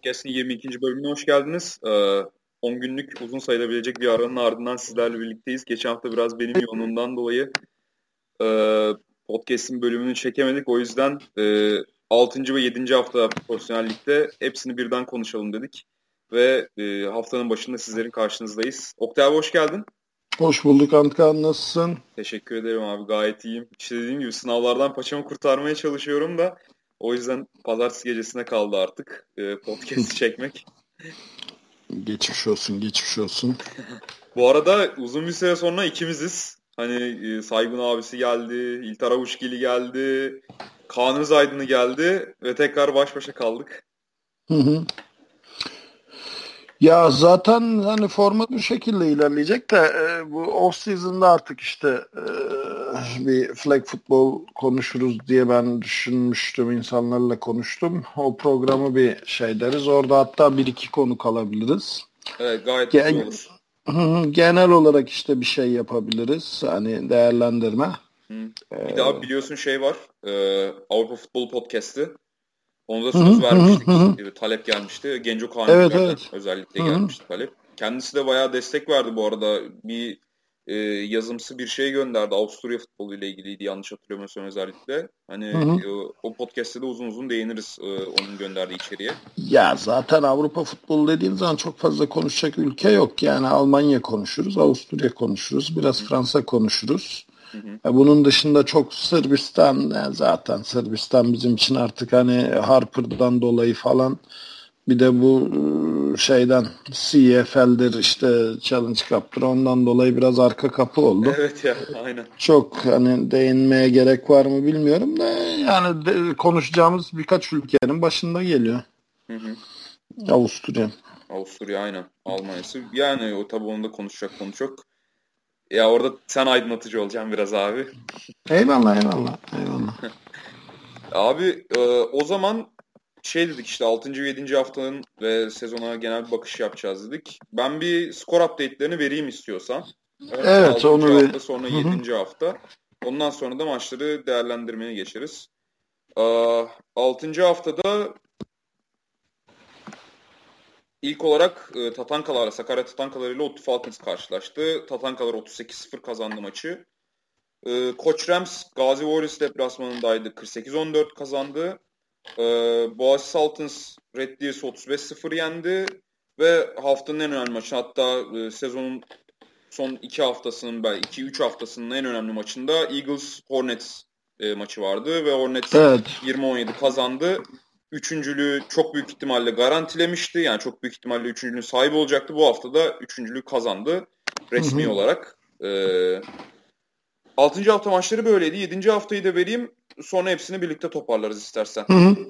Podcast'in 22. bölümüne hoş geldiniz. 10 günlük uzun sayılabilecek bir aranın ardından sizlerle birlikteyiz. Geçen hafta biraz benim yoğunluğumdan dolayı podcast'in bölümünü çekemedik. O yüzden 6. ve 7. hafta Profesyonel Lig'de hepsini birden konuşalım dedik. Ve haftanın başında sizlerin karşınızdayız. Oktay abi hoş geldin. Hoş bulduk Antkan, nasılsın? Teşekkür ederim abi, gayet iyiyim. İşte dediğim gibi sınavlardan paçamı kurtarmaya çalışıyorum da o yüzden pazartesi gecesine kaldı artık podcast'i çekmek. Geçmiş olsun, geçmiş olsun. Bu arada uzun bir süre sonra ikimiziz. Hani Saygun abisi geldi, İlter Avuşgili geldi, Kaan Özaydın'ı geldi ve tekrar baş başa kaldık. Hı hı. Ya zaten hani format bu şekilde ilerleyecek de bu off season'da artık işte bir flag football konuşuruz diye ben düşünmüştüm, insanlarla konuştum. O programı bir şey deriz. Orada hatta bir iki konu kalabiliriz. Evet, gayet güzel olur. Genel olarak işte bir şey yapabiliriz. Hani değerlendirme. Bir daha biliyorsun şey var. Avrupa Futbolu Podcast'ı. Onu da söz vermiştik. Talep gelmişti. Genco Kaan'cılardan özellikle gelmişti talep. Kendisi de bayağı destek verdi bu arada. Bir yazımsı bir şey gönderdi. Avusturya futbolu ile ilgiliydi yanlış hatırlamıyorsam özellikle. Hani o podcast'te de uzun uzun değiniriz onun gönderdiği içeriğe. Ya zaten Avrupa futbolu dediğin zaman çok fazla konuşacak ülke yok. Yani Almanya konuşuruz, Avusturya konuşuruz, biraz Fransa konuşuruz. Bunun dışında çok Sırbistan, yani zaten Sırbistan bizim için artık hani Harper'dan dolayı falan, bir de bu şeyden CFL'dir işte, Challenge Cup'tır, ondan dolayı biraz arka kapı oldu. Evet ya, aynen. Çok hani değinmeye gerek var mı bilmiyorum da yani konuşacağımız birkaç ülkenin başında geliyor. Avusturya aynen. Almanya'sı. Yani o tabii onu da konuşacak konu çok. Ya orada sen aydınlatıcı olacaksın biraz abi. Eyvallah. Abi o zaman şey dedik işte 6. ve 7. haftanın ve sezona genel bir bakış yapacağız dedik. Ben bir skor update'lerini vereyim istiyorsan. Evet, 6. hafta sonra 7. hafta. Ondan sonra da maçları değerlendirmeye geçeriz. 6. haftada ilk olarak Sakarya Tatankalar ile ODTÜ Falcons karşılaştı. Tatankalar 38-0 kazandı maçı. Koç Rams Gazi Warriors deplasmanındaydı. 48-14 kazandı. Boğaziçi Saltans Red Deers'i 35-0 yendi. Ve haftanın en önemli maçı, hatta sezonun son 2-3 haftasının en önemli maçında Eagles Hornets maçı vardı. Ve Hornets 20-17 kazandı. Üçüncülüğü çok büyük ihtimalle garantilemişti. Yani çok büyük ihtimalle üçüncülüğün sahibi olacaktı. Bu hafta da üçüncülüğü kazandı resmi olarak. 6. hafta maçları böyleydi. 7. haftayı da vereyim. Sonra hepsini birlikte toparlarız istersen.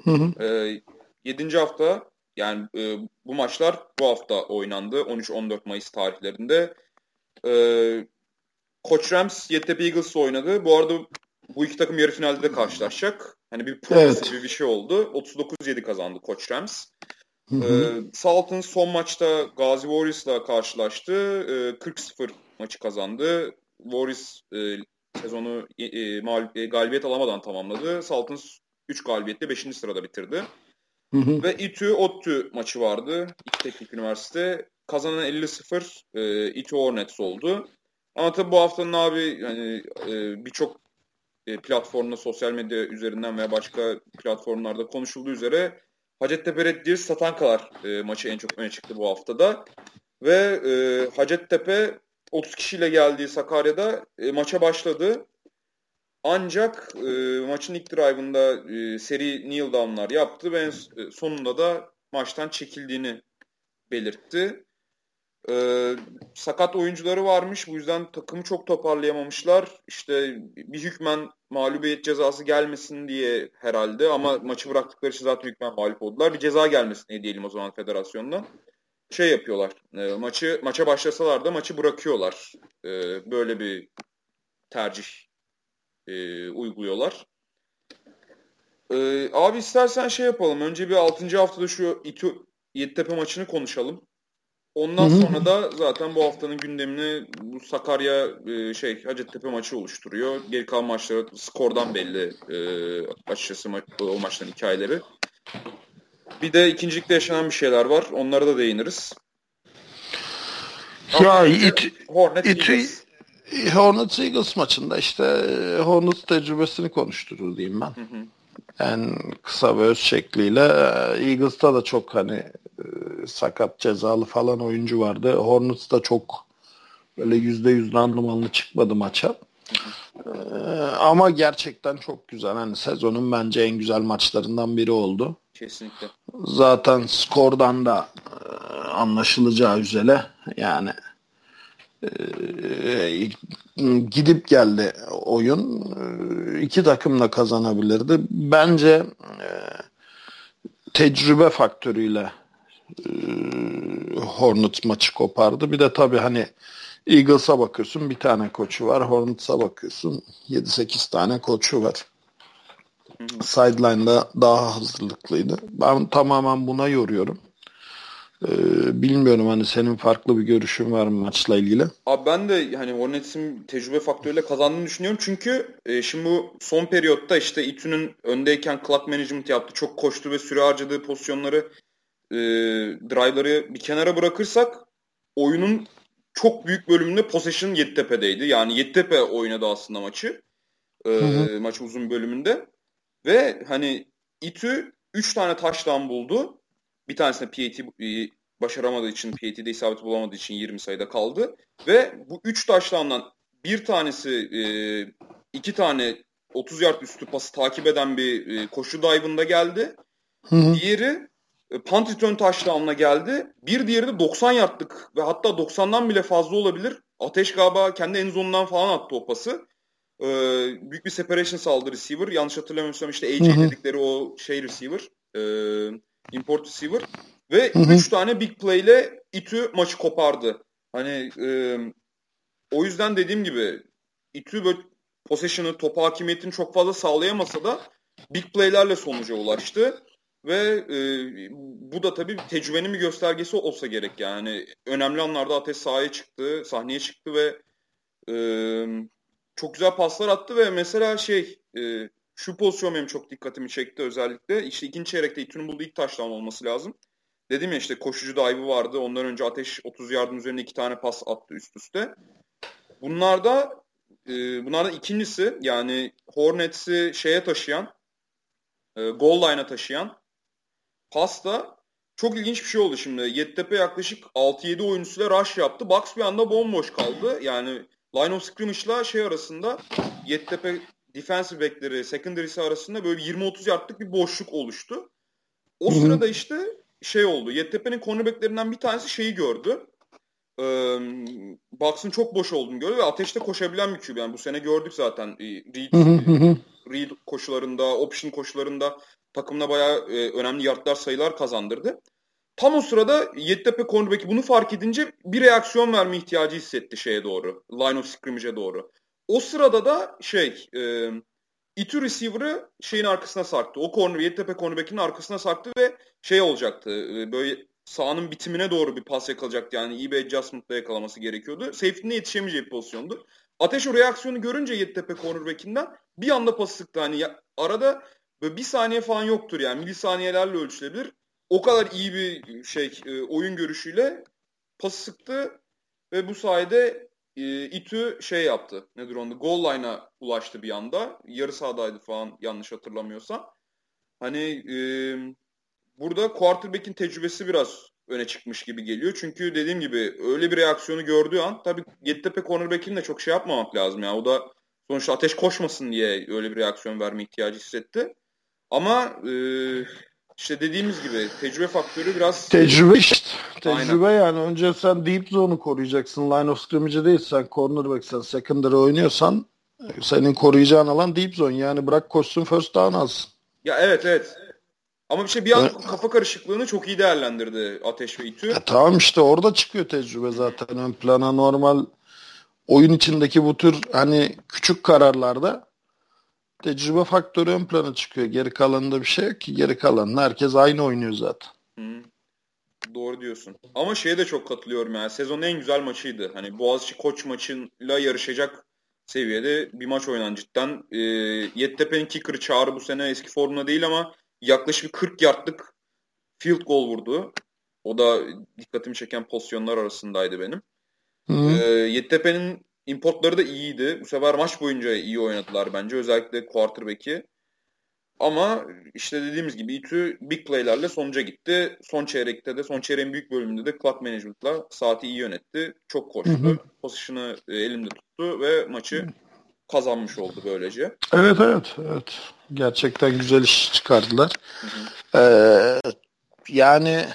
7. hafta yani bu maçlar bu hafta oynandı. 13-14 Mayıs tarihlerinde. Koç Rams Yeditepe Eagles'la oynadı. Bu arada bu iki takım yarı finalde de karşılaşacak. Hani bir proxy gibi bir şey oldu. 39-7 kazandı Koç Rams. Saltans son maçta Gazi Warriors'la karşılaştı. 40-0 maçı kazandı. Warriors sezonu galibiyet alamadan tamamladı. Saltans 3 galibiyetle 5. sırada bitirdi. Ve İTÜ-ODTÜ maçı vardı. İki teknik üniversite. Kazanan 50-0 İTÜ Hornets oldu. Ama tabii bu haftanın abi hani birçok platformda, sosyal medya üzerinden veya başka platformlarda konuşulduğu üzere Hacettepe Red Deers Tatankalar maçı en çok öne çıktı bu haftada. Ve Hacettepe 30 kişiyle geldiği Sakarya'da maça başladı. Ancak maçın ilk drive'ında seri kneel down'lar yaptı ve sonunda da maçtan çekildiğini belirtti. Sakat oyuncuları varmış. Bu yüzden takımı çok toparlayamamışlar. İşte bir hükmen mağlubiyet cezası gelmesin diye herhalde, ama maçı bıraktıkları için zaten hükmen mağlup oldular. Bir ceza gelmesin diye diyelim o zaman federasyondan. Şey yapıyorlar. Maça başlasalar da maçı bırakıyorlar. Böyle bir tercih uyguluyorlar. Abi istersen şey yapalım. Önce bir 6. haftada şu İTÜ Yeditepe maçını konuşalım. Ondan sonra da zaten bu haftanın gündemini bu Sakarya Hacettepe maçı oluşturuyor. Geri kalan maçları skordan belli açıkçası o maçların hikayeleri. Bir de ikincilikte yaşanan bir şeyler var. Onlara da değiniriz. Ya Hornets Eagles maçında işte Hornets tecrübesini konuşturur diyeyim ben. En kısa ve öz şekliyle. Eagles'ta da çok hani sakat, cezalı falan oyuncu vardı. Hornets'ta çok böyle %100 randımanlı çıkmadı maça. Ama gerçekten çok güzel. Hani sezonun bence en güzel maçlarından biri oldu. Kesinlikle. Zaten skordan da anlaşılacağı üzere yani gidip geldi oyun. İki takım da kazanabilirdi. Bence tecrübe faktörüyle Hornets maçı kopardı. Bir de tabii hani Eagles'a bakıyorsun bir tane koçu var. Hornets'a bakıyorsun 7-8 tane koçu var. Sideline'da daha hazırlıklıydı. Ben tamamen buna yoruyorum. Bilmiyorum hani senin farklı bir görüşün var mı maçla ilgili? Abi ben de hani Hornets'in tecrübe faktörüyle kazandığını düşünüyorum. Çünkü şimdi bu son periyotta işte İTÜ'nün öndeyken clock management yaptı. Çok koştu ve süre harcadığı pozisyonları, drive'ları bir kenara bırakırsak oyunun çok büyük bölümünde possession Yeditepe'deydi. Yani Yeditepe oynadı aslında maçı. Maç uzun bölümünde. Ve hani İTÜ 3 tane touchdown buldu. Bir tanesine PAT başaramadığı için, PAT'de isabet bulamadığı için 20 sayıda kaldı. Ve bu 3 touchdown'dan bir tanesi 2 tane 30 yard üstü pası takip eden bir koşu dive'ında geldi. Diğeri punt return touchdown'la geldi. Bir diğeri de 90 yardlık ve hatta 90'dan bile fazla olabilir. Ateş galiba kendi end zone'undan falan attı o pası. Büyük bir separation sağladı receiver. Yanlış hatırlamıyorsam işte AJ dedikleri o receiver. Import receiver. Ve 3 tane big play ile İTÜ maçı kopardı. Hani o yüzden dediğim gibi İTÜ böyle possession'ı, top hakimiyetini çok fazla sağlayamasa da big play'lerle sonuca ulaştı. Ve bu da tabii tecrübenin bir göstergesi olsa gerek yani. Önemli anlarda Ateş sahneye çıktı ve çok güzel paslar attı ve mesela şu pozisyon benim çok dikkatimi çekti özellikle. İşte ikinci çeyrekte İTÜ'nün bulduğu ilk touchdown olması lazım. Dedim ya işte koşucu dive'ı vardı. Ondan önce Ateş 30 yardım üzerine 2 tane pas attı üst üste. Bunlardan ikincisi yani Hornets'i taşıyan, goal line'a taşıyan pasta çok ilginç bir şey oldu şimdi. Yeditepe yaklaşık 6-7 oyuncusuyla rush yaptı. Bucks bir anda bomboş kaldı. Yani line of scrimmage'la arasında Yeditepe defensive back'leri, secondary'si arasında böyle 20-30 yardlık bir boşluk oluştu. O sırada işte oldu. Yeditepe'nin cornerback'lerinden bir tanesi gördü. Bucks'ın çok boş olduğunu gördü ve ateşte koşabilen bir QB. Yani bu sene gördük zaten. Read koşularında, option koşularında takımına bayağı önemli yardlar sayılar kazandırdı. Tam o sırada Yeditepe cornerback'i bunu fark edince bir reaksiyon verme ihtiyacı hissetti doğru. Line of scrimmage'e doğru. O sırada da İTÜ receiver'ı arkasına sarktı. Yeditepe cornerback'inin arkasına sarktı ve olacaktı. Böyle sahanın bitimine doğru bir pas yakalayacaktı. Yani iyi bir adjustment'la yakalaması gerekiyordu. Safety'ne yetişemeyeceği bir pozisyondu. Ateş o reaksiyonu görünce Yeditepe cornerback'inden bir anda pas sıktı. Hani arada böyle bir saniye falan yoktur yani. Milisaniyelerle ölçülebilir. O kadar iyi bir oyun görüşüyle pas sıktı ve bu sayede İTÜ yaptı. Nedir onu? Goal line'a ulaştı bir anda. Yarı sahadaydı falan yanlış hatırlamıyorsam. Hani burada quarterback'in tecrübesi biraz öne çıkmış gibi geliyor. Çünkü dediğim gibi öyle bir reaksiyonu gördüğü an tabii Yeditepe cornerback'in de çok yapmamak lazım. Yani o da sonuçta ateş koşmasın diye öyle bir reaksiyon verme ihtiyacı hissetti. Ama işte dediğimiz gibi tecrübe faktörü biraz... Tecrübe işte. Tecrübe aynen. Yani önce sen deep zone'u koruyacaksın. Line of scrimmage'e değil sen cornerback'sen secondary oynuyorsan senin koruyacağın alan deep zone. Yani bırak koşsun first down alsın. Ya evet. Ama bir an kafa karışıklığını çok iyi değerlendirdi Ateş ve İTÜ. Tamam işte orada çıkıyor tecrübe zaten ön plana. Normal oyun içindeki bu tür hani küçük kararlarda tecrübe faktörü ön plana çıkıyor. Geri kalanında bir şey yok ki. Geri kalanında herkes aynı oynuyor zaten. Doğru diyorsun. Ama de çok katılıyorum yani. Sezonun en güzel maçıydı. Hani Boğaziçi Koç maçıyla yarışacak seviyede bir maç oynan cidden. Yeditepe'nin kicker'ı Çağrı bu sene eski formuna değil ama yaklaşık 40 yardlık field goal vurdu. O da dikkatimi çeken pozisyonlar arasındaydı benim. Yeditepe'nin importları da iyiydi. Bu sefer maç boyunca iyi oynadılar bence. Özellikle quarterback'i. Ama işte dediğimiz gibi İTÜ big play'lerle sonuca gitti. Son çeyreğin büyük bölümünde de clock management'la saati iyi yönetti. Çok koştu. Pozisyonu elinde tuttu ve maçı kazanmış oldu böylece. Evet. Gerçekten güzel iş çıkardılar. Yani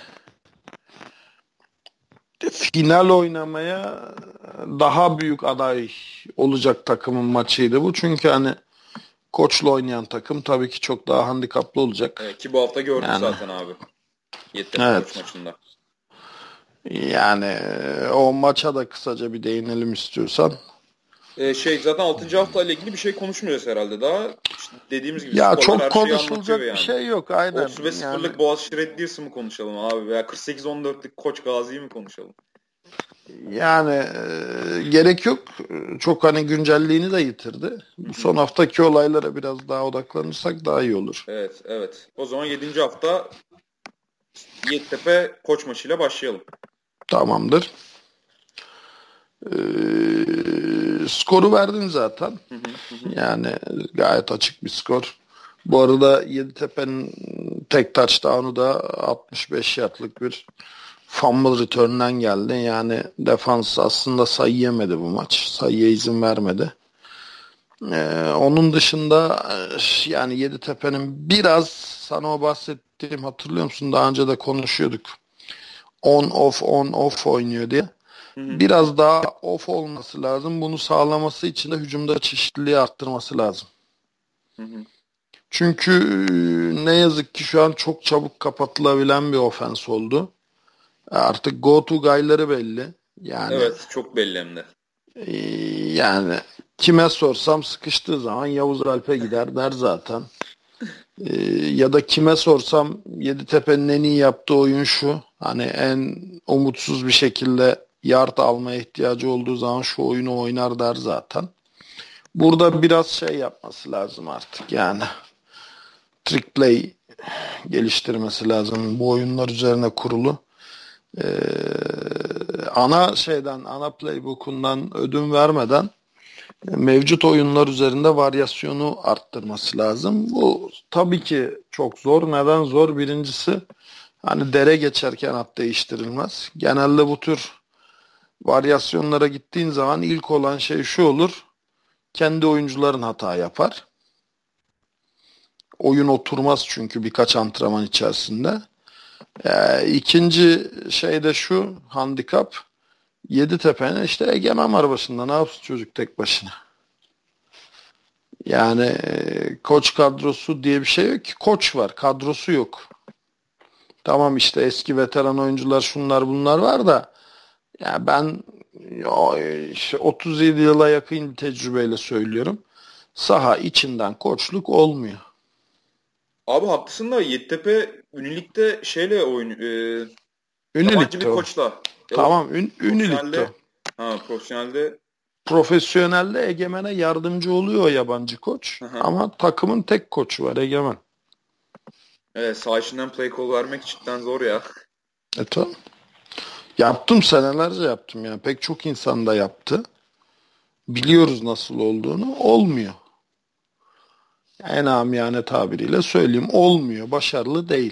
final oynamaya daha büyük aday olacak takımın maçıydı bu. Çünkü hani koçla oynayan takım tabii ki çok daha handikaplı olacak. Ki bu hafta gördük zaten abi. Yeditepe koç maçında. Yani o maça da kısaca bir değinelim istiyorsan. Zaten 6. hafta ile ilgili bir şey konuşmuyoruz herhalde daha. İşte dediğimiz gibi ya çok konuşulacak bir şey yok aynen. 35-0'lık Boğaziçi Red Deers'ı mı konuşalım abi veya 48-14'lük Koç Gazi'yi mi konuşalım? Yani gerek yok. Çok hani güncelliğini de yitirdi. Son haftaki olaylara biraz daha odaklanırsak daha iyi olur. Evet. O zaman 7. hafta Yeditepe Koç maçıyla başlayalım. Tamamdır. Skoru verdin zaten. Yani gayet açık bir skor. Bu arada Yeditepe'nin tek touchdown'u da 65 yardlık bir fumble return'den geldi. Yani defans aslında sayı yemedi bu maç. Sayıya izin vermedi. Onun dışında yani Yeditepe'nin biraz sana o bahsettiğim hatırlıyor musun? Daha önce de konuşuyorduk. On off oynuyor diye. Biraz daha off olması lazım. Bunu sağlaması için de hücumda çeşitliliği arttırması lazım. Çünkü ne yazık ki şu an çok çabuk kapatılabilen bir ofens oldu. Artık go to guy'ları belli. Yani, evet çok belli hem de. Yani kime sorsam sıkıştığı zaman Yavuz Alp'e gider der zaten. Ya da kime sorsam Yeditepe'nin en iyi yaptığı oyun şu. Hani en umutsuz bir şekilde yard almaya ihtiyacı olduğu zaman şu oyunu oynar der zaten. Burada biraz şey yapması lazım artık yani. Trick play geliştirmesi lazım. Bu oyunlar üzerine kurulu. Ana playbook'undan ödün vermeden mevcut oyunlar üzerinde varyasyonu arttırması lazım. Bu tabii ki çok zor. Neden zor? Birincisi hani dere geçerken at değiştirilmez. Genelde bu tür varyasyonlara gittiğin zaman ilk olan şey şu olur. Kendi oyuncuların hata yapar. Oyun oturmaz çünkü birkaç antrenman içerisinde. İkinci şey de şu handikap. Yeditepe'nin işte Egemen var başında. Ne yapsın çocuk tek başına? Yani koç kadrosu diye bir şey yok ki. Koç var. Kadrosu yok. Tamam işte eski veteran oyuncular şunlar bunlar var da ya ben işte 37 yıla yakın bir tecrübeyle söylüyorum. Saha içinden koçluk olmuyor. Abi haklısın da Yeditepe Ünlük'te şeyle yabancı bir koçla. Tamam Ünlük'te. Profesyonelde. Profesyonelde Egemen'e yardımcı oluyor o yabancı koç. Ama takımın tek koçu var Egemen. Evet saha içinden play call vermek cidden zor ya. Tamam. Yaptım senelerce yaptım ya. Pek çok insan da yaptı. Biliyoruz nasıl olduğunu. Olmuyor. En amiyane tabiriyle söyleyeyim. Olmuyor. Başarılı değil.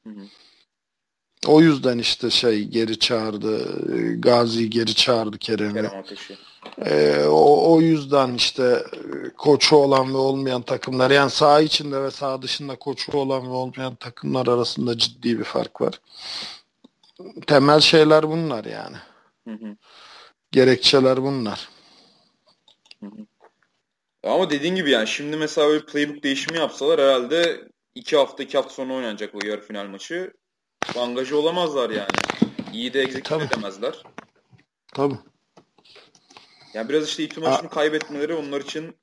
O yüzden işte geri çağırdı. Gazi geri çağırdı Kerem Ateşi. O yüzden işte koçu olan ve olmayan takımlar yani saha içinde ve saha dışında koçu olan ve olmayan takımlar arasında ciddi bir fark var. Temel şeyler bunlar yani. Gerekçeler bunlar. Ama dediğin gibi yani şimdi mesela böyle playbook değişimi yapsalar herhalde 2 hafta sonra oynanacak o yarı final maçı. Angajı olamazlar yani. İyi de execute edemezler. Tabii. Yani biraz işte İTÜ maçını kaybetmeleri onlar için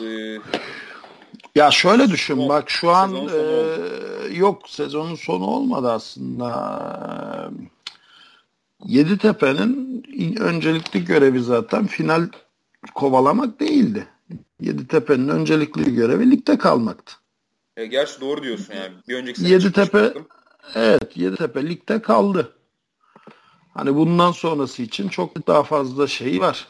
ya şöyle düşün bak şu an sezonun sonu olmadı aslında. Yeditepe'nin öncelikli görevi zaten final kovalamak değildi. Yeditepe'nin öncelikli görevi ligde kalmaktı. Gerçi doğru diyorsun yani. Bir önceki sene evet, Yeditepe ligde kaldı. Hani bundan sonrası için çok daha fazla şey var.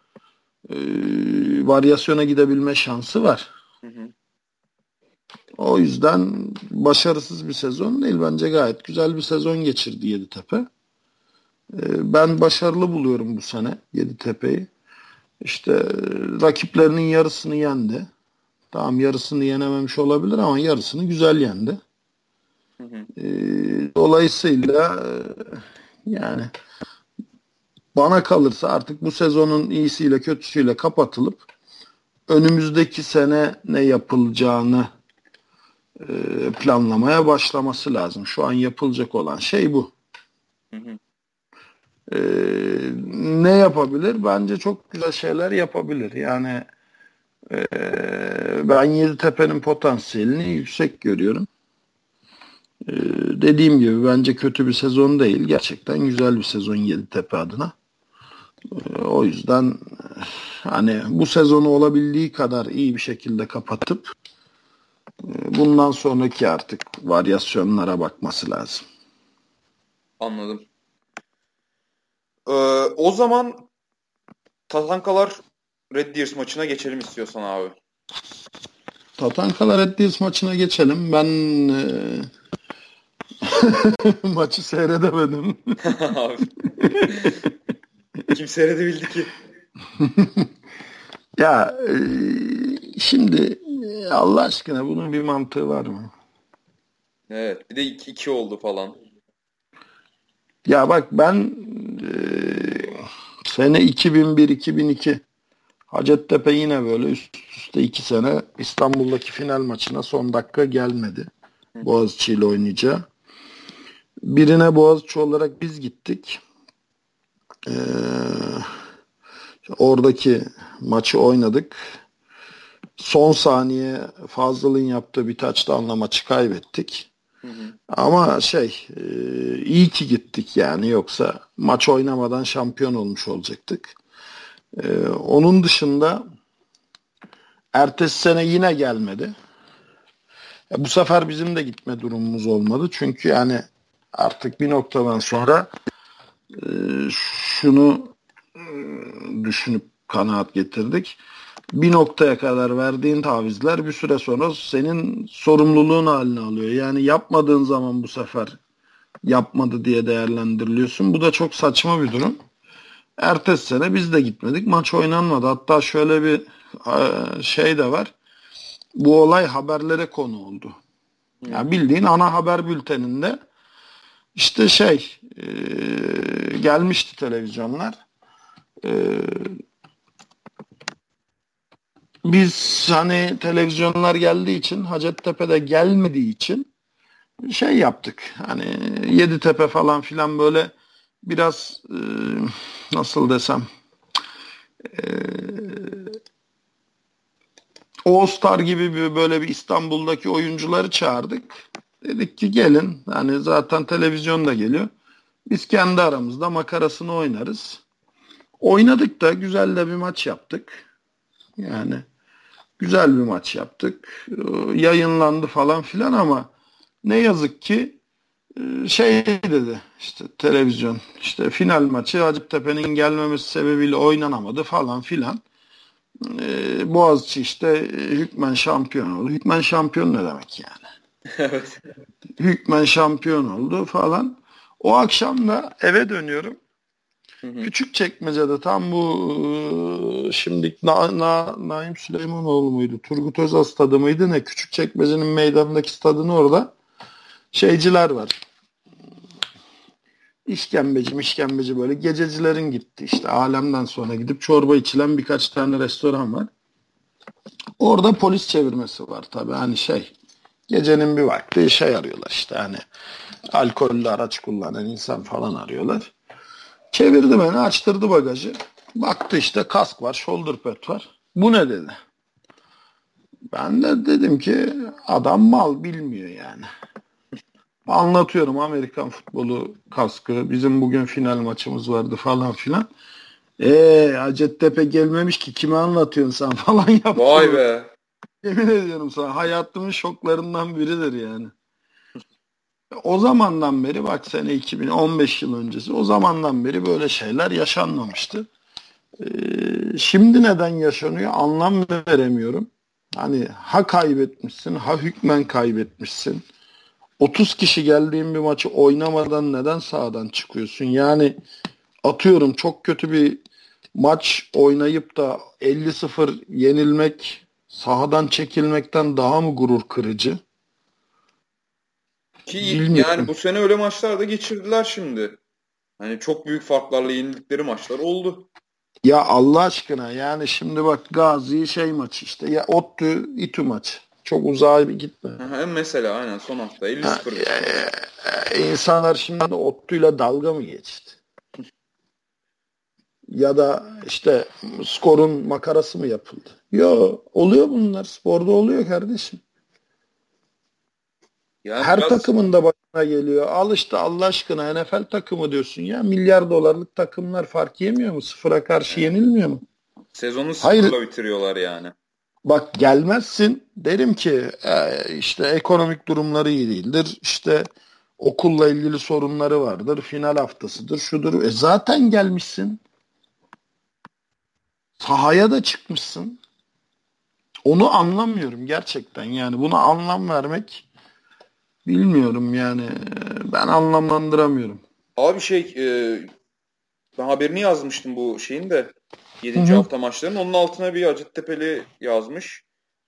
Varyasyona gidebilme şansı var. Hı hı. O yüzden başarısız bir sezon değil. Bence gayet güzel bir sezon geçirdi Yeditepe. Ben başarılı buluyorum bu sene Yeditepe'yi. İşte rakiplerinin yarısını yendi. Tamam, yarısını yenememiş olabilir ama yarısını güzel yendi. Hı hı. Dolayısıyla yani bana kalırsa artık bu sezonun iyisiyle kötüsüyle kapatılıp önümüzdeki sene ne yapılacağını planlamaya başlaması lazım. Şu an yapılacak olan şey bu. Hı hı. Ne yapabilir? Bence çok güzel şeyler yapabilir. Yani ben Yeditepe'nin potansiyelini yüksek görüyorum. Dediğim gibi bence kötü bir sezon değil. Gerçekten güzel bir sezon Yeditepe adına. O yüzden hani bu sezonu olabildiği kadar iyi bir şekilde kapatıp bundan sonraki artık varyasyonlara bakması lazım. Anladım. O zaman Tatankalar Red Deers maçına geçelim istiyorsan abi. Tatankalar Red Deers maçına geçelim. Ben maçı seyredemedim. Abi. Kim seyredebildi ki? Ya şimdi Allah aşkına bunun bir mantığı var mı? Evet. Bir de 2-2 oldu falan. Ya bak ben sene 2001-2002 Hacettepe yine böyle üst üste 2 sene İstanbul'daki final maçına son dakika gelmedi. Boğaziçi ile oynayacağı. Birine Boğaziçi olarak biz gittik. Oradaki maçı oynadık. Son saniye Fazıl'ın yaptığı bir touchdown'la maçı kaybettik. Hı hı. Ama iyi ki gittik yani, yoksa maç oynamadan şampiyon olmuş olacaktık. Onun dışında ertesi sene yine gelmedi. Bu sefer bizim de gitme durumumuz olmadı. Çünkü yani artık bir noktadan sonra şunu düşünüp kanaat getirdik. Bir noktaya kadar verdiğin tavizler bir süre sonra senin sorumluluğun haline alıyor. Yani yapmadığın zaman bu sefer yapmadı diye değerlendiriliyorsun. Bu da çok saçma bir durum. Ertesi sene biz de gitmedik. Maç oynanmadı. Hatta şöyle bir şey de var. Bu olay haberlere konu oldu. Yani bildiğin ana haber bülteninde işte gelmişti televizyonlar. Biz hani televizyonlar geldiği için, Hacettepe'de gelmediği için yaptık. Hani Yeditepe falan filan böyle biraz nasıl desem All Star gibi böyle bir İstanbul'daki oyuncuları çağırdık. Dedik ki gelin. Hani zaten televizyon da geliyor. Biz kendi aramızda makarasını oynarız. Oynadık da güzel de bir maç yaptık. Yani güzel bir maç yaptık. Yayınlandı falan filan ama ne yazık ki dedi işte televizyon, işte final maçı Hacettepe'nin gelmemesi sebebiyle oynanamadı falan filan. Boğaziçi işte hükmen şampiyon oldu. Hükmen şampiyon ne demek yani? Evet. Hükmen şampiyon oldu falan. O akşam da eve dönüyorum. Hı hı. Küçükçekmece'de tam bu şimdi Naim Süleymanoğlu muydu? Turgut Özal stadı mıydı ne? Küçükçekmece'nin meydanındaki stadın orada şeyciler var. İşkembeci böyle gececilerin gitti. İşte Alem'den sonra gidip çorba içilen birkaç tane restoran var. Orada polis çevirmesi var tabii. Hani gecenin bir vakti arıyorlar işte, hani alkollü araç kullanan insan falan arıyorlar. Çevirdi beni, açtırdı bagajı. Baktı işte kask var, shoulder pad var. Bu ne dedi. Ben de dedim ki adam mal bilmiyor yani. Anlatıyorum Amerikan futbolu kaskı. Bizim bugün final maçımız vardı falan filan. Hacettepe gelmemiş ki kime anlatıyorsun sen falan yaptı. Vay be. Yemin ediyorum sana hayatımın şoklarından biridir yani. O zamandan beri bak sene 2015 yıl öncesi o zamandan beri böyle şeyler yaşanmamıştı. Şimdi neden yaşanıyor anlam veremiyorum. Hani ha kaybetmişsin ha hükmen kaybetmişsin. 30 kişi geldiğin bir maçı oynamadan neden sahadan çıkıyorsun? Yani atıyorum çok kötü bir maç oynayıp da 50-0 yenilmek sahadan çekilmekten daha mı gurur kırıcı? Ki yani Bilmiyorum. bu sene öyle maçlar da geçirdiler şimdi. Hani çok büyük farklarla yenildikleri maçlar oldu. Ya Allah aşkına yani şimdi bak Gazi maçı işte ya ODTÜ İTÜ maçı. Çok uzağa bir gitme. Mesela aynen son hafta 50-0. İnsanlar şimdi ODTÜ'yle dalga mı geçti? Ya da işte skorun makarası mı yapıldı? Yo oluyor bunlar. Sporda oluyor kardeşim. Yani Her biraz takımın da başına geliyor. Al işte Allah aşkına NFL takımı diyorsun ya. Milyar dolarlık takımlar fark yemiyor mu? Sıfıra karşı yenilmiyor mu? sezonu Hayır. sıfırla bitiriyorlar yani. Bak gelmezsin derim ki işte ekonomik durumları iyi değildir. İşte okulla ilgili sorunları vardır. Final haftasıdır. Şudur. Zaten gelmişsin. Sahaya da çıkmışsın. Onu anlamıyorum gerçekten. Yani buna anlam vermek bilmiyorum yani. Ben anlamlandıramıyorum. Abi ben haberini yazmıştım bu şeyin de Hı 7. hı. hafta maçlarının. Onun altına bir Hacettepe'li yazmış.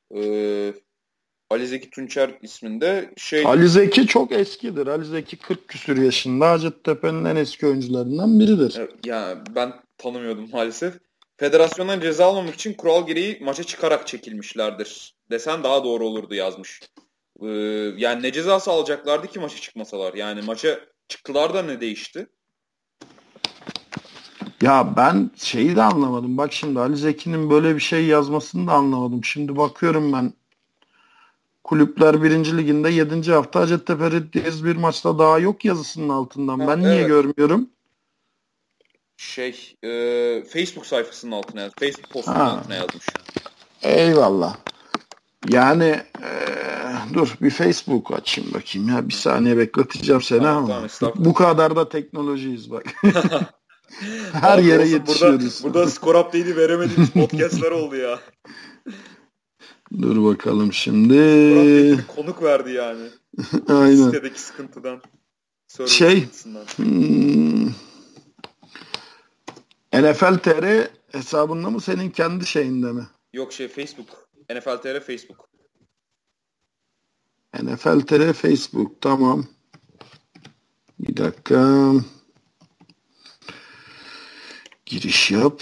Ali Zeki Tunçer isminde. Ali Zeki çok eskidir. Ali Zeki 40 küsür yaşında. Hacettepe'nin en eski oyuncularından biridir. Ya ben tanımıyordum maalesef. Federasyondan ceza almamak için kural gereği maça çıkarak çekilmişlerdir desen daha doğru olurdu yazmış. Yani ne cezası alacaklardı ki maça çıkmasalar? Yani maça çıktılar da ne değişti? Ya ben şeyi de anlamadım. Bak şimdi Ali Zeki'nin böyle bir şey yazmasını da anlamadım. Şimdi bakıyorum ben Kulüpler Birinci Ligi'nde 7. hafta Hacettepe Reddiz bir maçta daha yok yazısının altından. Ben niye Evet. görmüyorum? Facebook sayfasının altına yazmış. Facebook postunun Ha, altına yazmış. eyvallah. Yani dur bir Facebook açayım bakayım ya. Bir saniye bekleteceğim seni Tamam ama. tamam estağfurullah. Bu kadar da teknolojiyiz bak. Her Abi yere olsun yetişiyoruz. burada skor update'i veremediğimiz podcastler oldu ya. Dur bakalım şimdi. Skor update'ini konuk verdi yani. Aynen. Sitedeki sıkıntıdan. Server Şey sıkıntısından. NFL TR hesabında mı senin kendi şeyinde mi? Yok Facebook. NFL TR Facebook. NFL TR Facebook tamam. Bir dakika. Giriş yap.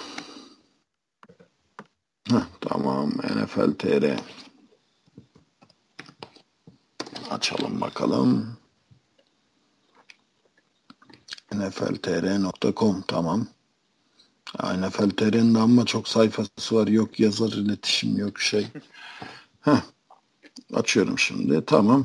Tamam NFL TR. Açalım bakalım. nfltr.com tamam. NFL TR'nin ama çok sayfası var. Yok yazar iletişim yok şey. Açıyorum şimdi. Tamam.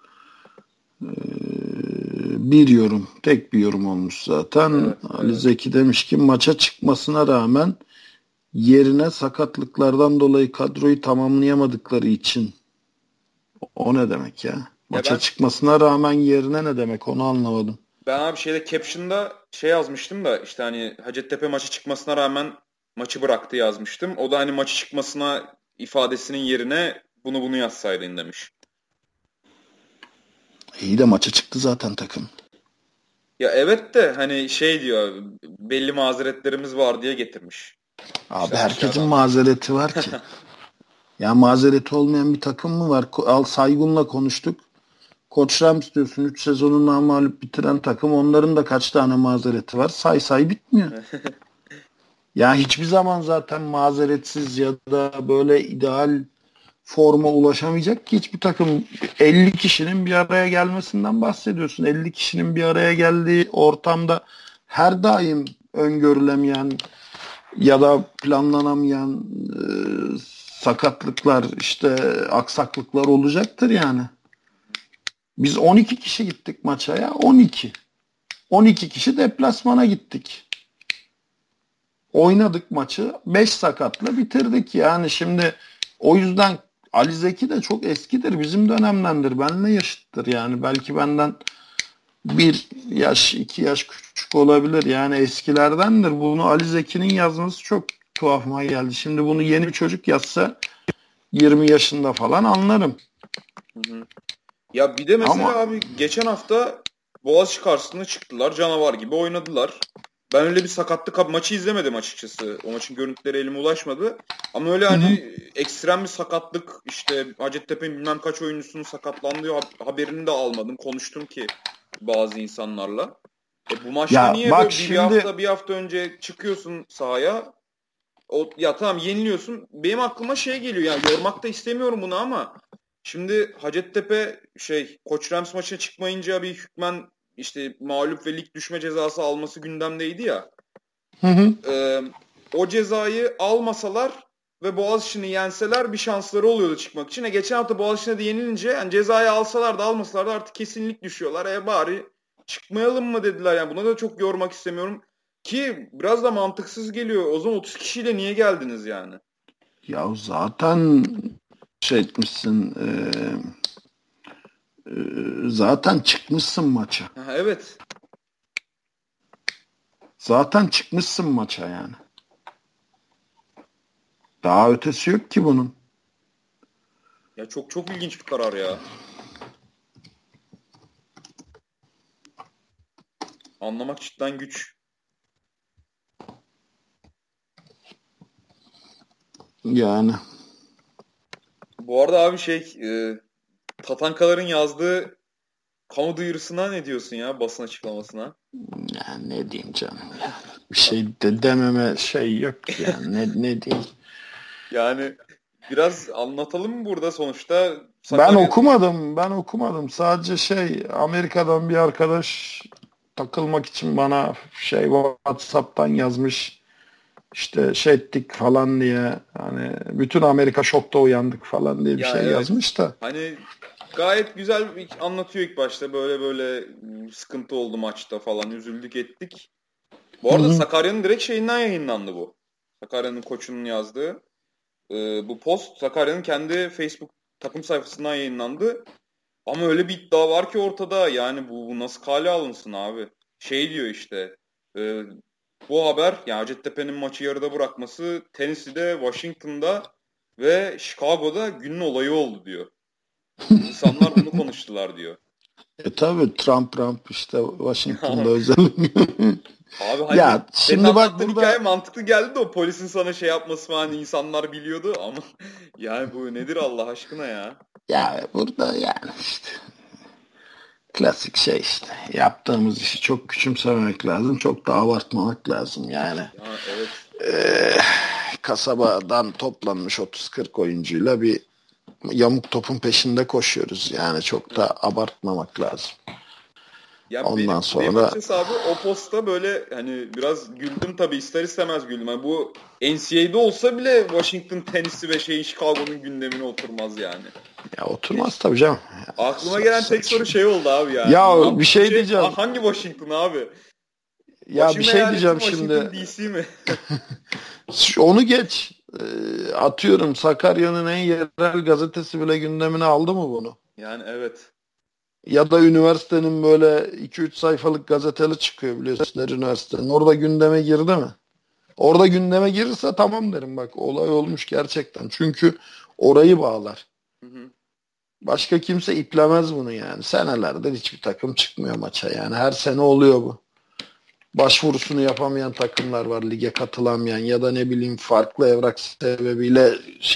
Bir yorum. Tek bir yorum olmuş zaten. Evet, Ali evet. Zeki demiş ki maça çıkmasına rağmen yerine sakatlıklardan dolayı kadroyu tamamlayamadıkları için. O ne demek ya? Maça Ben çıkmasına rağmen yerine ne demek onu anlamadım. ben abi caption'da yazmıştım da işte hani Hacettepe maçı çıkmasına rağmen maçı bıraktı yazmıştım. O da hani maçı çıkmasına ifadesinin yerine bunu yazsaydın demiş. İyi de maça çıktı zaten takım. Ya evet de hani diyor belli mazeretlerimiz var diye getirmiş. Abi İşte herkesin aşağıdan. mazereti var ki. Ya mazereti olmayan bir takım mı var? Al Saygun'la konuştuk. Koç Rams diyorsun 3 sezonu namağlup bitiren takım. Onların da kaç tane mazereti var? Say bitmiyor. Ya hiçbir zaman zaten mazeretsiz ya da böyle ideal forma ulaşamayacak ki hiçbir takım. 50 kişinin bir araya gelmesinden bahsediyorsun. 50 kişinin bir araya geldiği ortamda her daim öngörülemeyen ya da planlanamayan sakatlıklar işte aksaklıklar olacaktır yani. Biz 12 kişi gittik maça ya 12. 12 kişi deplasmana gittik. Oynadık maçı 5 sakatla bitirdik yani şimdi o yüzden Ali Zeki de çok eskidir. Bizim dönemdendir. Benle yaşıttır yani. Belki benden 1 yaş 2 yaş küçük olabilir. Yani eskilerdendir. Bunu Ali Zeki'nin yazması çok tuhafıma geldi. Şimdi bunu yeni bir çocuk yazsa 20 yaşında falan anlarım. Hı hı. Ya bir de mesela Ama abi geçen hafta Boğaziçi karşısında çıktılar. Canavar gibi oynadılar. Ben öyle bir sakatlık maçı izlemedim açıkçası. O maçın görüntüleri elime ulaşmadı. Ama öyle hı hı. hani ekstrem bir sakatlık işte Hacettepe'nin bilmem kaç oyuncusunun sakatlandığı haberini de almadım. Konuştum ki bazı insanlarla. Bu maçta Ya niye bak böyle şimdi bir hafta önce çıkıyorsun sahaya? Ya tamam yeniliyorsun. Benim aklıma şey geliyor yani yormak da istemiyorum bunu ama şimdi Hacettepe Koç Rams maçına çıkmayınca bir hükmen işte mağlup ve lig düşme cezası alması gündemdeydi ya. hı hı. O cezayı almasalar ve Boğaziçi'ni yenseler bir şansları oluyordu çıkmak için. Geçen hafta Boğaziçi'ne de yenilince yani cezayı alsalar da almasalar da artık kesinlik düşüyorlar. Bari çıkmayalım mı dediler. Yani buna da çok yormak istemiyorum. Ki biraz da mantıksız geliyor. O zaman 30 kişiyle niye geldiniz yani? Ya zaten etmişsin zaten çıkmışsın maça. Ha, evet. Zaten çıkmışsın maça yani. Daha ötesi yok ki bunun. Ya çok çok ilginç bir karar ya. Anlamak cidden güç. Yani Bu arada abi Tatankaların yazdığı kamu duyurusuna ne diyorsun ya basın açıklamasına? yani ne diyeyim canım ya. Bir şey de dememe yok yani. Ne diyeyim. Yani biraz anlatalım mı burada sonuçta Ben Sakarya... okumadım. Ben okumadım. Sadece Amerika'dan bir arkadaş takılmak için bana WhatsApp'tan yazmış. İşte ettik falan diye. Hani bütün Amerika şokta uyandık falan diye bir Ya şey evet. yazmış da. Hani gayet güzel anlatıyor ilk başta böyle böyle sıkıntı oldu maçta falan üzüldük ettik. Bu Hı arada hı. Sakarya'nın direkt şeyinden yayınlandı bu. Sakarya'nın koçunun yazdığı. Bu post Sakarya'nın kendi Facebook takım sayfasından yayınlandı. Ama öyle bir iddia var ki ortada yani bu nasıl kale alınsın abi. Diyor işte e, bu haber yani Hacettepe'nin maçı yarıda bırakması Tennessee'de, Washington'da ve Chicago'da günün olayı oldu diyor. İnsanlar bunu konuştular diyor. Tabii Trump işte Washington'da özellikle. Abi hani Ya senin şimdi bak anlattığın hikaye burada mantıklı geldi de o polisin sana yapması falan insanlar biliyordu ama yani bu nedir Allah aşkına ya? burada yani işte klasik işte. Yaptığımız işi çok küçümsememek lazım. Çok da abartmamak lazım yani. Ya evet. Ee, Kasabadan toplanmış 30-40 oyuncuyla bir yamuk topun peşinde koşuyoruz. Yani çok da abartmamak lazım. Ya Ondan benim sonra açıkçası abi o posta böyle hani biraz güldüm tabii ister istemez güldüm. Yani bu NCAA'de olsa bile Washington Tennessee ve Chicago'nun gündemine oturmaz yani. oturmaz tabii canım. Aklıma gelen tek soru oldu abi yani. Ya Ya bir bu şey diyeceğim. hangi Washington abi? Ya bir Washington şey eyaleti diyeceğim mi Washington şimdi. DC mi? Onu geç. Atıyorum Sakarya'nın en yerel gazetesi bile gündemine aldı mı bunu? Yani evet. Ya da üniversitenin böyle 2-3 sayfalık gazeteli çıkıyor biliyorsun her üniversitenin. Orada gündeme girdi mi? Orada gündeme girirse tamam derim bak olay olmuş gerçekten. Çünkü orayı bağlar. Hı hı. Başka kimse iplemez bunu yani. Senelerdir hiçbir takım çıkmıyor maça yani. Her sene oluyor bu. Başvurusunu yapamayan takımlar var lige katılamayan ya da ne bileyim farklı evrak sebebiyle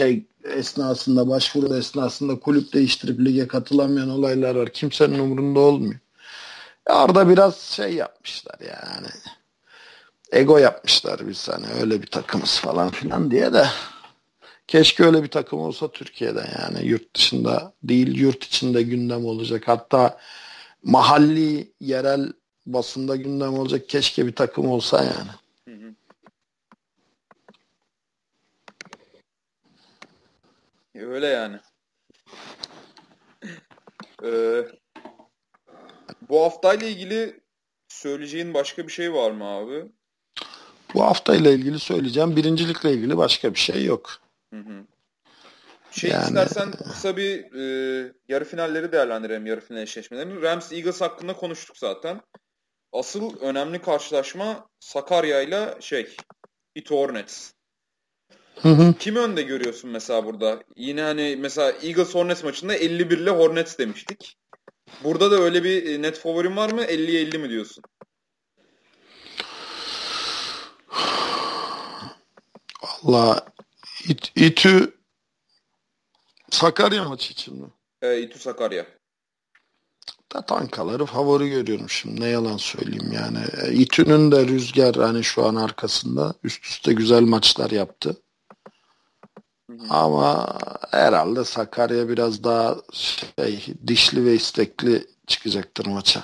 başvuru esnasında kulüp değiştirip lige katılamayan olaylar var. Kimsenin umurunda olmuyor. Orada biraz yapmışlar yani. Ego yapmışlar biz hani öyle bir takımız falan filan diye de keşke öyle bir takım olsa Türkiye'de yani yurt dışında değil yurt içinde gündem olacak. Hatta mahalli yerel basında gündem olacak keşke bir takım olsa yani. Hı hı. Öyle yani. Ee, Bu haftayla ilgili söyleyeceğin başka bir şey var mı abi? Bu haftayla ilgili söyleyeceğim. Birincilikle ilgili başka bir şey yok. Hı hı. Yani istersen kısa bir yarı finalleri değerlendirelim, yarı final eşleşmelerini. Rams Eagles hakkında konuştuk zaten. Asıl önemli karşılaşma Sakarya ile Ito Hornets. Kim önde görüyorsun mesela burada? Yine hani mesela Eagles Hornets maçında 51 ile Hornets demiştik. Burada da öyle bir net favorin var mı? 50'ye 50 mi diyorsun? valla İTÜ Sakarya maçı için mi? İTÜ Sakarya. Tatankaları favori görüyorum şimdi. Ne yalan söyleyeyim yani. İTÜ'nün de Rüzgar hani şu an arkasında üst üste güzel maçlar yaptı. Ama herhalde Sakarya biraz daha dişli ve istekli çıkacaktır maça.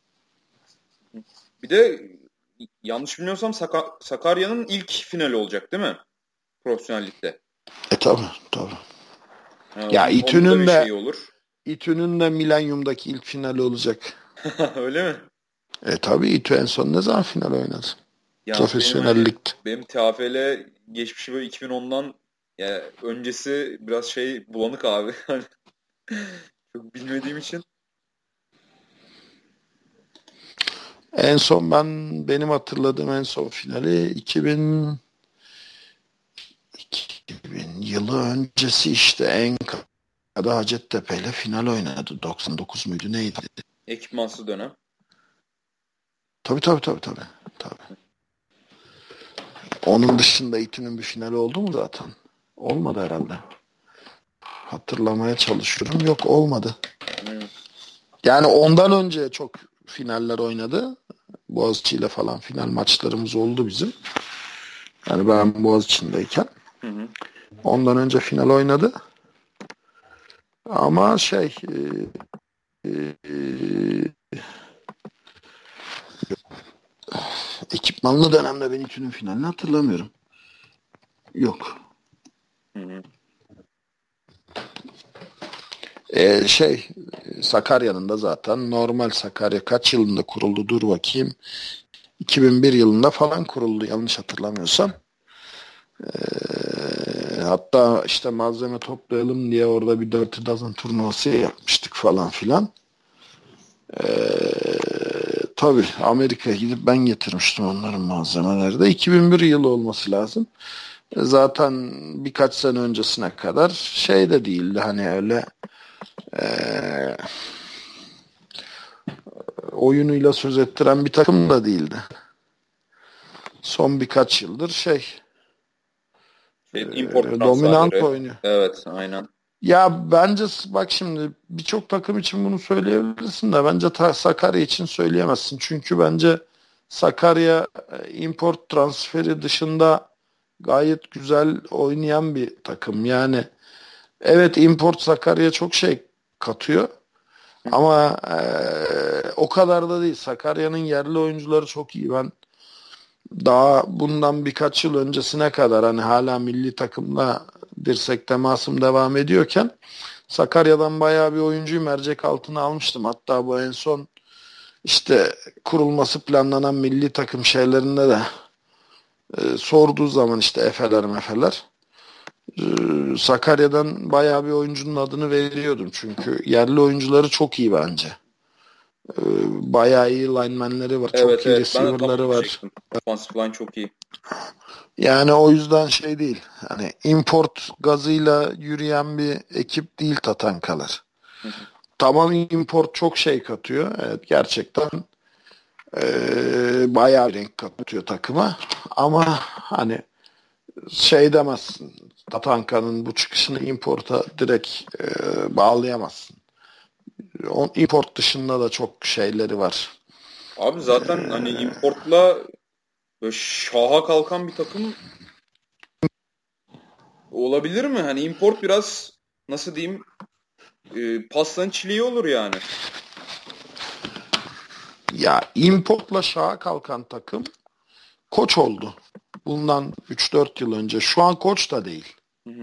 Bir de yanlış bilmiyorsam Sakarya'nın ilk finali olacak değil mi? Profesyonellikte. Tabii. Yani Ya İTÜ'nün de şey olur. İTÜ'nün de Milenyum'daki ilk finali olacak. Öyle mi? Tabii İTÜ en son ne zaman final oynadı? Yani Profesyonellikte. Benim TFL geçmişi böyle 2010'dan öncesi biraz bulanık abi. Çok bilmediğim için. En son benim hatırladığım en son finali 2000 yılı öncesi işte Enka'da Hacettepe ile final oynadı. 99 muydu neydi? Ekipmansız dönem. Tabii. Onun dışında İTÜ'nün bir finali oldu mu zaten? Olmadı herhalde. Hatırlamaya çalışıyorum. Yok olmadı. Yani ondan önce çok finaller oynadı. Boğaziçi ile falan final maçlarımız oldu bizim. Yani ben Boğaziçi'ndeyken. Ondan önce final oynadı. Ama ekipmanlı dönemde ben İTÜ'nün finalini hatırlamıyorum. Yok. Sakarya'nın da zaten normal Sakarya kaç yılında kuruldu? Dur bakayım. 2001 yılında falan kuruldu yanlış hatırlamıyorsam. Hatta işte malzeme toplayalım diye orada bir Dirty Dozen turnuvası yapmıştık falan filan. Tabii Amerika'ya gidip ben getirmiştim onların malzemeleri de. 2001 yılı olması lazım. Zaten birkaç sene öncesine kadar de değildi hani öyle oyunuyla söz ettiren bir takım da değildi. Son birkaç yıldır dominant oynuyor. Evet, aynen. Ya bence bak şimdi birçok takım için bunu söyleyebilirsin de bence Sakarya için söyleyemezsin. Çünkü bence Sakarya import transferi dışında gayet güzel oynayan bir takım. Yani evet import Sakarya çok katıyor. Ama o kadar da değil. Sakarya'nın yerli oyuncuları çok iyi. Ben daha bundan birkaç yıl öncesine kadar hani hala milli takımla dirsek temasım devam ediyorken Sakarya'dan bayağı bir oyuncuyu mercek altına almıştım. Hatta bu en son işte kurulması planlanan milli takım şeylerinde de sorduğu zaman işte Efeler Sakarya'dan bayağı bir oyuncunun adını veriyordum. Çünkü yerli oyuncuları çok iyi bence. Bayağı iyi linemenleri var. Çok iyi receiver'ları var. Offensive line çok iyi. Yani o yüzden değil. Hani import gazıyla yürüyen bir ekip değil Tatankalar. Tamam import çok katıyor. Evet gerçekten bayağı renk katıyor takıma. Ama hani demezsin. Tatanka'nın bu çıkışını importa direkt bağlayamazsın. Import dışında da çok şeyleri var. Abi zaten hani importla böyle şaha kalkan bir takım olabilir mi? Hani import biraz nasıl diyeyim pastanın çileği olur yani. Ya importla şaha kalkan takım Koç oldu. Bundan 3-4 yıl önce. Şu an Koç da değil.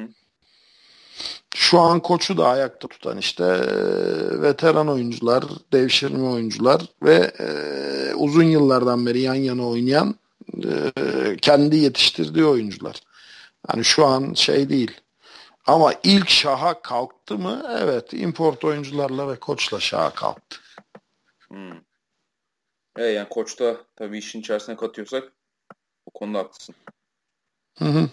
Şu an Koç'u da ayakta tutan işte veteran oyuncular, devşirme oyuncular ve uzun yıllardan beri yan yana oynayan kendi yetiştirdiği oyuncular. Yani şu an değil. Ama ilk şaha kalktı mı? Evet. Import oyuncularla ve koçla şaha kalktı. Yani koçta tabii işin içerisine katıyorsak o konuda haklısın. Hı hı.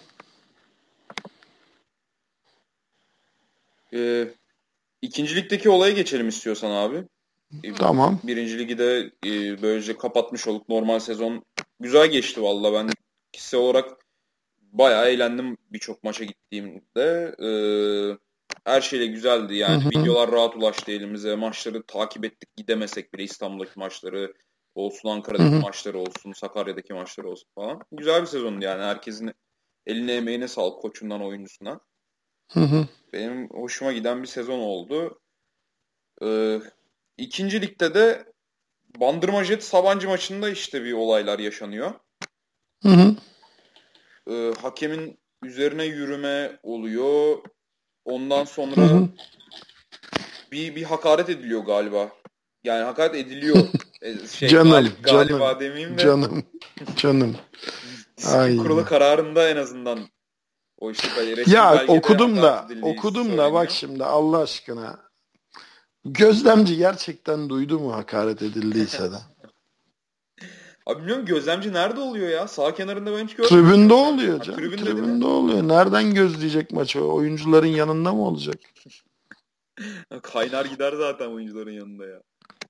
İkinci ligdeki olaya geçelim istiyorsan abi. Tamam. Birinci ligi de böylece kapatmış olduk. Normal sezon güzel geçti valla. Ben kişisel olarak bayağı eğlendim birçok maça gittiğimde. Her şeyle güzeldi yani. Hı hı. Videolar rahat ulaştı elimize. Maçları takip ettik gidemesek bile, İstanbul'daki maçları olsun, Hı Ankara'daki hı. maçları olsun, Sakarya'daki maçları olsun falan. Güzel bir sezondu yani. Herkesin eline emeğine sağlık, koçundan oyuncusuna. Hı hı. Benim hoşuma giden bir sezon oldu. Ee, ikinci ligde de Bandırma Jet Sabancı maçında işte bir olaylar yaşanıyor. Hı hı. Hakemin üzerine yürüme oluyor. Ondan Hı sonra hı. bir hakaret ediliyor galiba. Yani hakaret ediliyor. Canım, canım, Galiba demeyeyim de canım, canım. disiplin Ay. kurulu kararında en azından o işte resmi Ya belgede okudum hakaret da, edildiği okudum da bak söyleniyor. şimdi Allah aşkına. Gözlemci gerçekten duydu mu hakaret edildiyse de? Abi bilmiyorum, gözlemci nerede oluyor ya? Sağ kenarında ben hiç görmedim Tribünde gözlemci. oluyor Ha, canım. tribünde değil mi? Tribünde oluyor. Nereden gözleyecek maçı? Oyuncuların yanında mı olacak? Kaynar gider zaten oyuncuların yanında ya.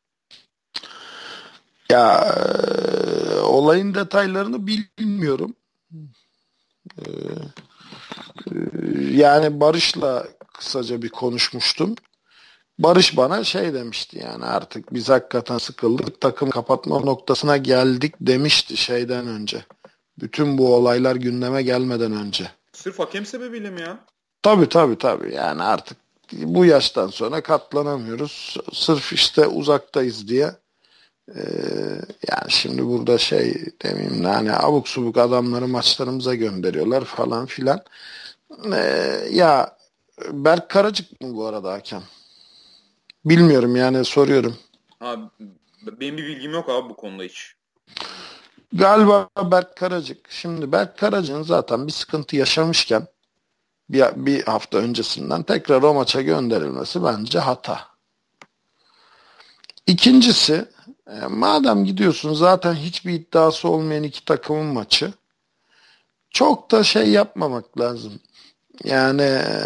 Ya olayın detaylarını bilmiyorum. E, Yani Barış'la kısaca bir konuşmuştum. Barış bana şey demişti, yani artık biz hakikaten sıkıldık, takım kapatma noktasına geldik demişti şeyden önce. Bütün bu olaylar gündeme gelmeden önce. Sırf hakem sebebiyle mi ya? Tabii tabii tabii, yani artık bu yaştan sonra katlanamıyoruz. Sırf işte uzaktayız diye. Ee, Yani şimdi burada şey demeyeyim de, hani abuk subuk adamları maçlarımıza gönderiyorlar falan filan. Ya Berk Karacık mı bu arada hakem? Bilmiyorum yani, soruyorum. Ha, benim bir bilgim yok abi bu konuda hiç. Galiba Berk Karacık. Şimdi Berk Karacık'ın zaten bir sıkıntı yaşamışken bir hafta öncesinden tekrar o maça gönderilmesi bence hata. İkincisi, madem gidiyorsun, zaten hiçbir iddiası olmayan iki takımın maçı, çok da şey yapmamak lazım. Yani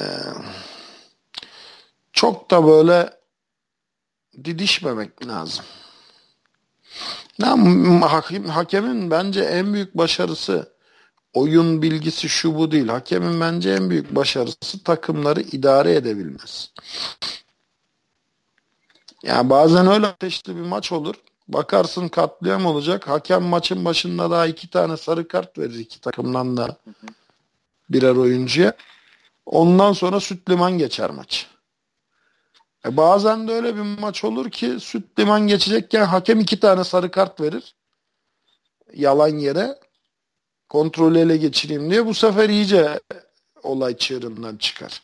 çok da böyle didişmemek lazım. Hakemin bence en büyük başarısı oyun bilgisi, şu bu değil. Hakemin bence en büyük başarısı takımları idare edebilmesi. Yani bazen öyle ateşli bir maç olur. Bakarsın katliam olacak. Hakem maçın başında daha iki tane sarı kart verir iki takımdan da Hı hı. birer oyuncuya. Ondan sonra süt liman geçer maç. Bazen de öyle bir maç olur ki süt liman geçecekken hakem iki tane sarı kart verir. Yalan yere. Kontrolü ele geçireyim diye. Bu sefer iyice olay çığırından çıkar.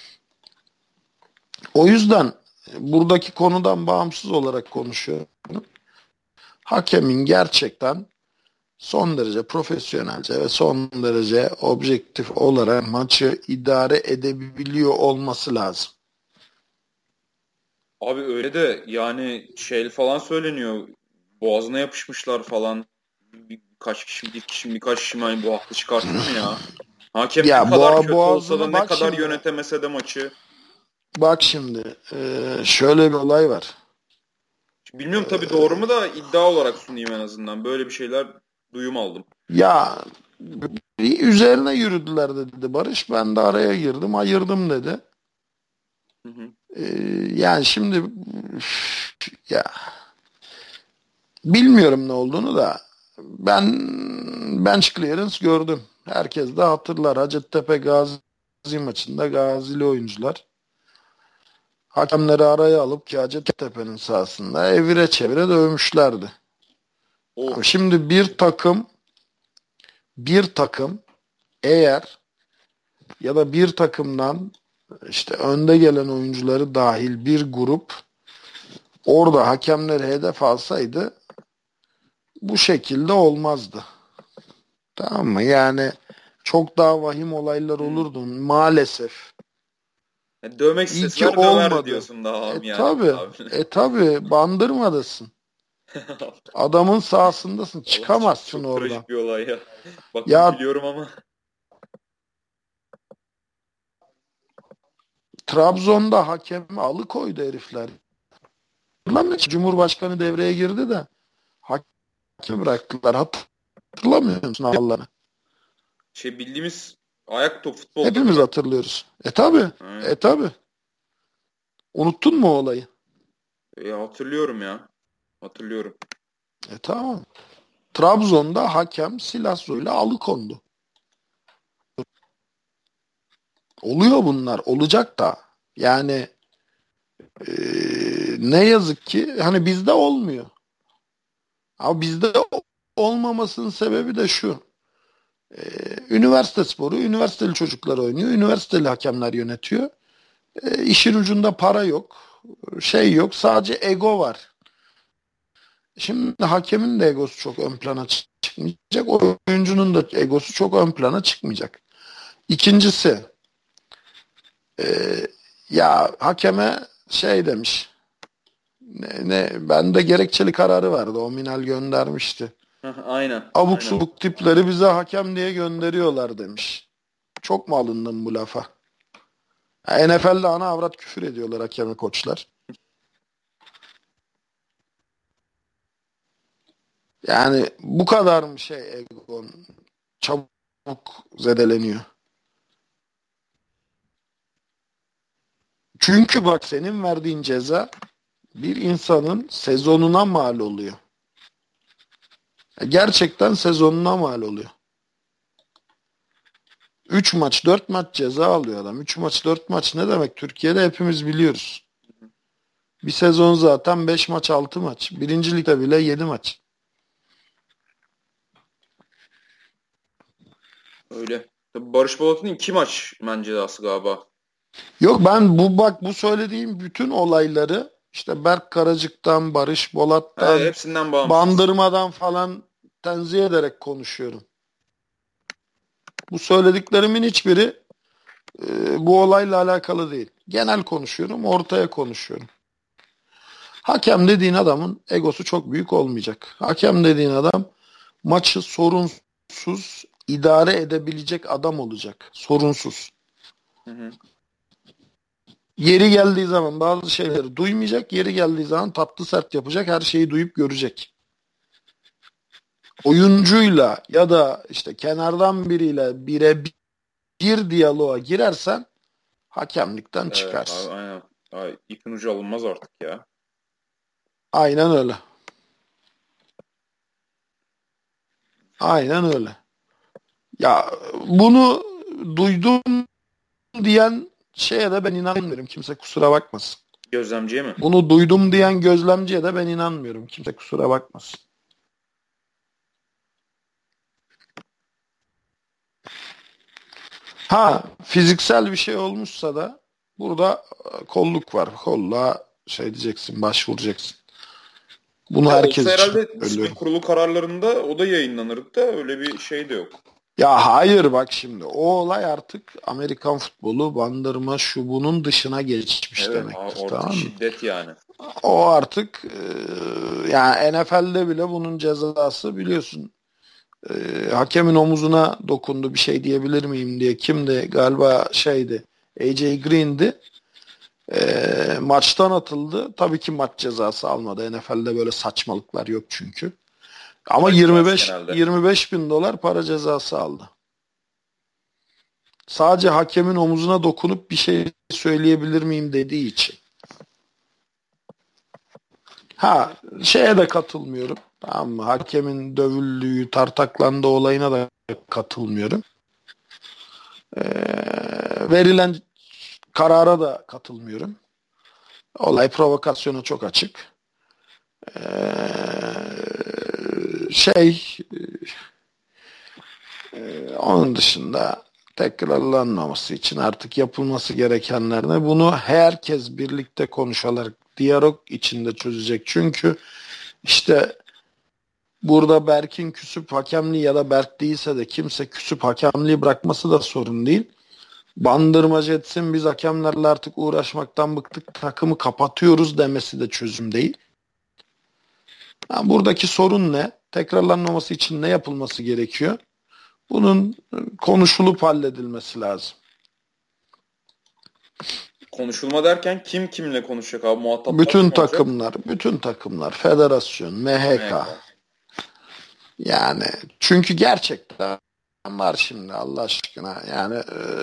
O yüzden buradaki konudan bağımsız olarak konuşuyorum. Hakemin gerçekten son derece profesyonelce ve son derece objektif olarak maçı idare edebiliyor olması lazım. Abi öyle de yani şey falan söyleniyor. Boğazına yapışmışlar falan. Birkaç kişi yani bu haklı çıkartır mı ya? Hakem ne Ya kadar kötü olsa da, boğazını ne bak kadar şimdi. yönetemese de maçı. Bak şimdi şöyle bir olay var. Bilmiyorum tabii doğru mu da iddia olarak sunayım en azından. Böyle bir şeyler duyum aldım. Ya bir üzerine yürüdüler dedi Barış. Ben de araya girdim, ayırdım dedi. Hı hı. E, Yani şimdi ya bilmiyorum ne olduğunu da, ben bench clearance gördüm. Herkes de hatırlar. Hacettepe Gazi maçında Gazili oyuncular hakemleri araya alıp ki Hacettepe'nin sahasında evire çevire dövmüşlerdi. Of. Şimdi bir takım eğer, ya da bir takımdan işte önde gelen oyuncuları dahil bir grup orada hakemleri hedef alsaydı bu şekilde olmazdı. Tamam mı? Yani çok daha vahim olaylar Hı. olurdu maalesef. Yani dövmek İyi ki isteseler döver olmadı. diyorsun daha yani. Tabii. Abi. Tabii. Bandırmadasın. Adamın sahasındasın. Vallahi çok, Çıkamazsın çok oradan. trajik bir olay ya. Bak Ya gülüyorum ama. Trabzon'da hakemi alıkoydu herifler. Hatırlamıyor. Cumhurbaşkanı devreye girdi de hakem bıraktılar. Hatırlamıyor musun Allah'ını? Bildiğimiz ayak top futbolda değil Hepimiz mi? hatırlıyoruz. Tabi. Tabi. Unuttun mu o olayı? Hatırlıyorum ya. Hatırlıyorum. Tamam. Trabzon'da hakem silah zoruyla alıkondu. Oluyor bunlar. Olacak da. Yani ne yazık ki hani bizde olmuyor. Ama bizde olmamasının sebebi de şu. Üniversite sporu, üniversiteli çocuklar oynuyor. Üniversiteli hakemler yönetiyor. İşin ucunda para yok. Şey yok. Sadece ego var. Şimdi hakemin de egosu çok ön plana çıkmayacak. Oyuncunun da egosu çok ön plana çıkmayacak. İkincisi ya hakeme şey demiş. Ben de gerekçeli kararı verdi. O Minal göndermişti. Aynen. Abuk subuk tipleri bize hakem diye gönderiyorlar demiş. Çok mu alındın bu lafa? NFL'de ana avrat küfür ediyorlar hakeme koçlar. Yani bu kadar mı egon çabuk zedeleniyor? Çünkü bak senin verdiğin ceza bir insanın sezonuna mal oluyor. Gerçekten sezonuna mal oluyor. 3 maç 4 maç ceza alıyor adam. 3 maç 4 maç ne demek? Türkiye'de hepimiz biliyoruz. Bir sezon zaten 5 maç 6 maç. Birinci ligde bile 7 maç. Öyle. Barış Bolat'ın 2 maç men cezası galiba. Yok ben bu söylediğim bütün olayları işte Berk Karacık'tan, Barış Bolat'tan, hepsinden bağımsız. Bandırmadan falan tenzih ederek konuşuyorum. Bu söylediklerimin hiçbiri bu olayla alakalı değil. Genel konuşuyorum, ortaya konuşuyorum. Hakem dediğin adamın egosu çok büyük olmayacak. Hakem dediğin adam maçı sorunsuz idare edebilecek adam olacak. Sorunsuz. Hı. Yeri geldiği zaman bazı şeyleri duymayacak. Yeri geldiği zaman tatlı sert yapacak. Her şeyi duyup görecek. Oyuncuyla ya da işte kenardan biriyle bir diyaloğa girersen hakemlikten çıkarsın. Aynen. İpin ucu alınmaz artık ya. Aynen öyle. Aynen öyle. Ya bunu duydum diyen şeye de ben inanmıyorum. Kimse kusura bakmasın. Gözlemciye mi? Bunu duydum diyen gözlemciye de ben inanmıyorum. Kimse kusura bakmasın. Fiziksel bir şey olmuşsa da burada kolluk var. Kolluğa diyeceksin, başvuracaksın. Bunu herkes için herhalde disiplin kurulu kararlarında o da yayınlanırdı da öyle bir şey de yok. Ya hayır bak şimdi o olay artık Amerikan futbolu bandırma şu bunun dışına geçmiş demektir. Tamam mı? Şiddet yani. O artık yani NFL'de bile bunun cezası biliyorsun. Hakemin omuzuna dokundu bir şey diyebilir miyim diye. Kimdi? Galiba AJ Green'di. Maçtan atıldı. Tabii ki maç cezası almadı. NFL'de böyle saçmalıklar yok çünkü. Ama 25 bin dolar para cezası aldı. Sadece hakemin omuzuna dokunup bir şey söyleyebilir miyim dediği için. Şeye de katılmıyorum. Tamam mı? Hakemin dövüldüğü, tartaklandığı olayına da katılmıyorum. Verilen karara da katılmıyorum. Olay provokasyona çok açık. Onun dışında tekrarlanmaması için artık yapılması gerekenler ne? Bunu herkes birlikte konuşarak diyalog içinde çözecek. Çünkü işte burada Berk'in küsüp hakemliği ya da Berk değilse de kimse küsüp hakemliği bırakması da sorun değil. Bandırma Jets'in biz hakemlerle artık uğraşmaktan bıktık, takımı kapatıyoruz demesi de çözüm değil. Yani buradaki sorun ne? Tekrarlanmaması için ne yapılması gerekiyor? Bunun konuşulup halledilmesi lazım. Konuşulma derken kim kimle konuşacak abi? Muhataplar Bütün kim olacak? bütün takımlar, federasyon, MHK. Yani çünkü gerçekten var şimdi Allah aşkına. Yani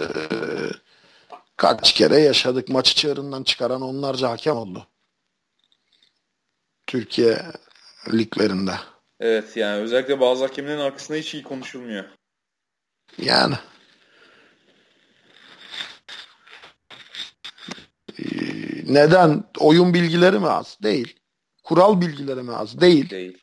kaç kere yaşadık, maçı çığırından çıkaran onlarca hakem oldu. Türkiye liglerinde. Evet, yani özellikle bazı hakemlerin arkasında hiç iyi konuşulmuyor. Yani neden? Oyun bilgileri mi az? Değil. Kural bilgileri mi az? Değil. Değil.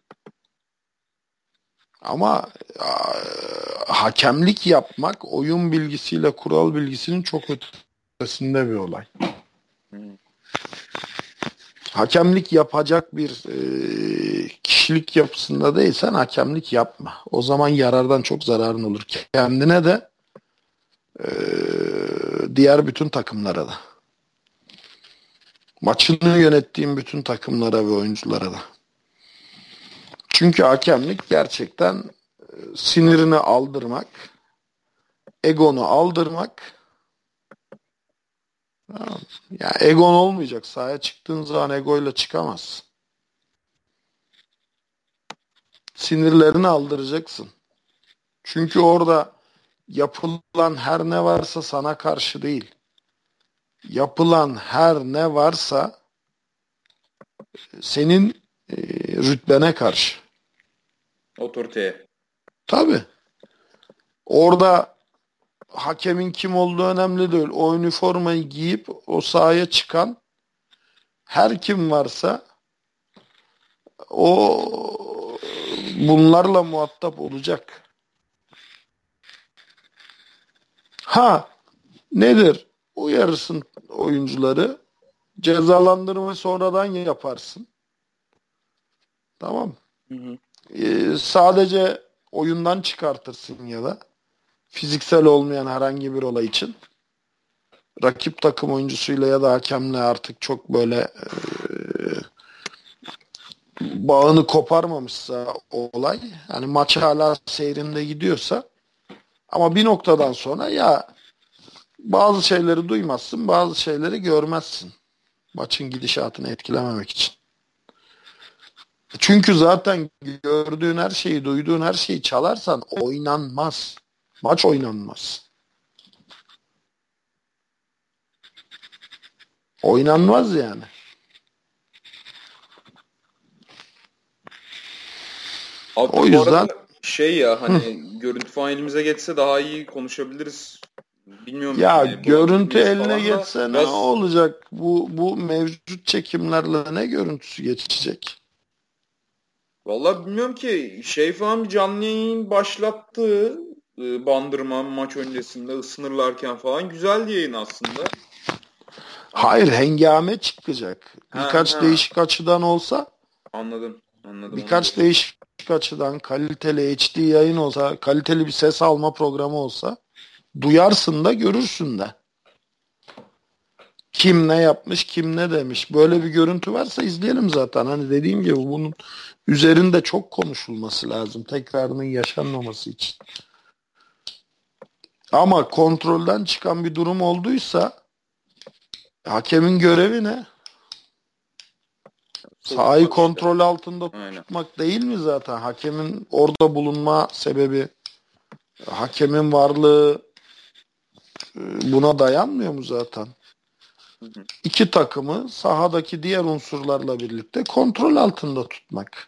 Ama hakemlik yapmak oyun bilgisiyle kural bilgisinin çok ötesinde bir olay. Hakemlik yapacak bir kişilik yapısında değilsen hakemlik yapma. O zaman yarardan çok zararın olur. Kendine de diğer bütün takımlara da. Maçını yönettiğin bütün takımlara ve oyunculara da. Çünkü hakemlik gerçekten sinirini aldırmak, egonu aldırmak. Yani egon olmayacak. Sahaya çıktığın zaman egoyla çıkamazsın. Sinirlerini aldıracaksın. Çünkü orada yapılan her ne varsa sana karşı değil. Yapılan her ne varsa senin rütbene karşı. Otoriteye. Tabii. Orada hakemin kim olduğu önemli değil. O üniformayı giyip o sahaya çıkan her kim varsa o bunlarla muhatap olacak. Ha, nedir? Uyarırsın oyuncuları. Cezalandırma sonradan yaparsın. Tamam. Sadece oyundan çıkartırsın ya da fiziksel olmayan herhangi bir olay için. Rakip takım oyuncusuyla ya da hakemle artık çok böyle bağını koparmamışsa olay, yani maç hala seyrinde gidiyorsa, ama bir noktadan sonra ya bazı şeyleri duymazsın, bazı şeyleri görmezsin. Maçın gidişatını etkilememek için. Çünkü zaten gördüğün her şeyi, duyduğun her şeyi çalarsan oynanmaz. Maç oynanmaz. Oynanmaz yani. Abi O bu yüzden arada hani görüntü falan elimize geçse daha iyi konuşabiliriz. Bilmiyorum. ya Yani görüntü bulabilir miyiz eline falan da geçse ne biraz... olacak? Bu mevcut çekimlerle ne görüntüsü geçecek? Vallahi bilmiyorum ki, falan bir canlı yayın başlattı. Bandırma maç öncesinde ısınırlarken falan güzeldi yayın aslında. Hayır, hengame çıkacak. Ha, Birkaç ha. değişik açıdan olsa, Anladım birkaç onu. değişik açıdan kaliteli HD yayın olsa, kaliteli bir ses alma programı olsa duyarsın da görürsün de. Kim ne yapmış, kim ne demiş. Böyle bir görüntü varsa izleyelim zaten. Hani dediğim gibi bunun üzerinde çok konuşulması lazım. Tekrarının yaşanmaması için. Ama kontrolden çıkan bir durum olduysa hakemin görevi ne? Sahayı kontrol altında tutmak değil mi zaten? Hakemin orada bulunma sebebi, hakemin varlığı buna dayanmıyor mu zaten? İki takımı sahadaki diğer unsurlarla birlikte kontrol altında tutmak.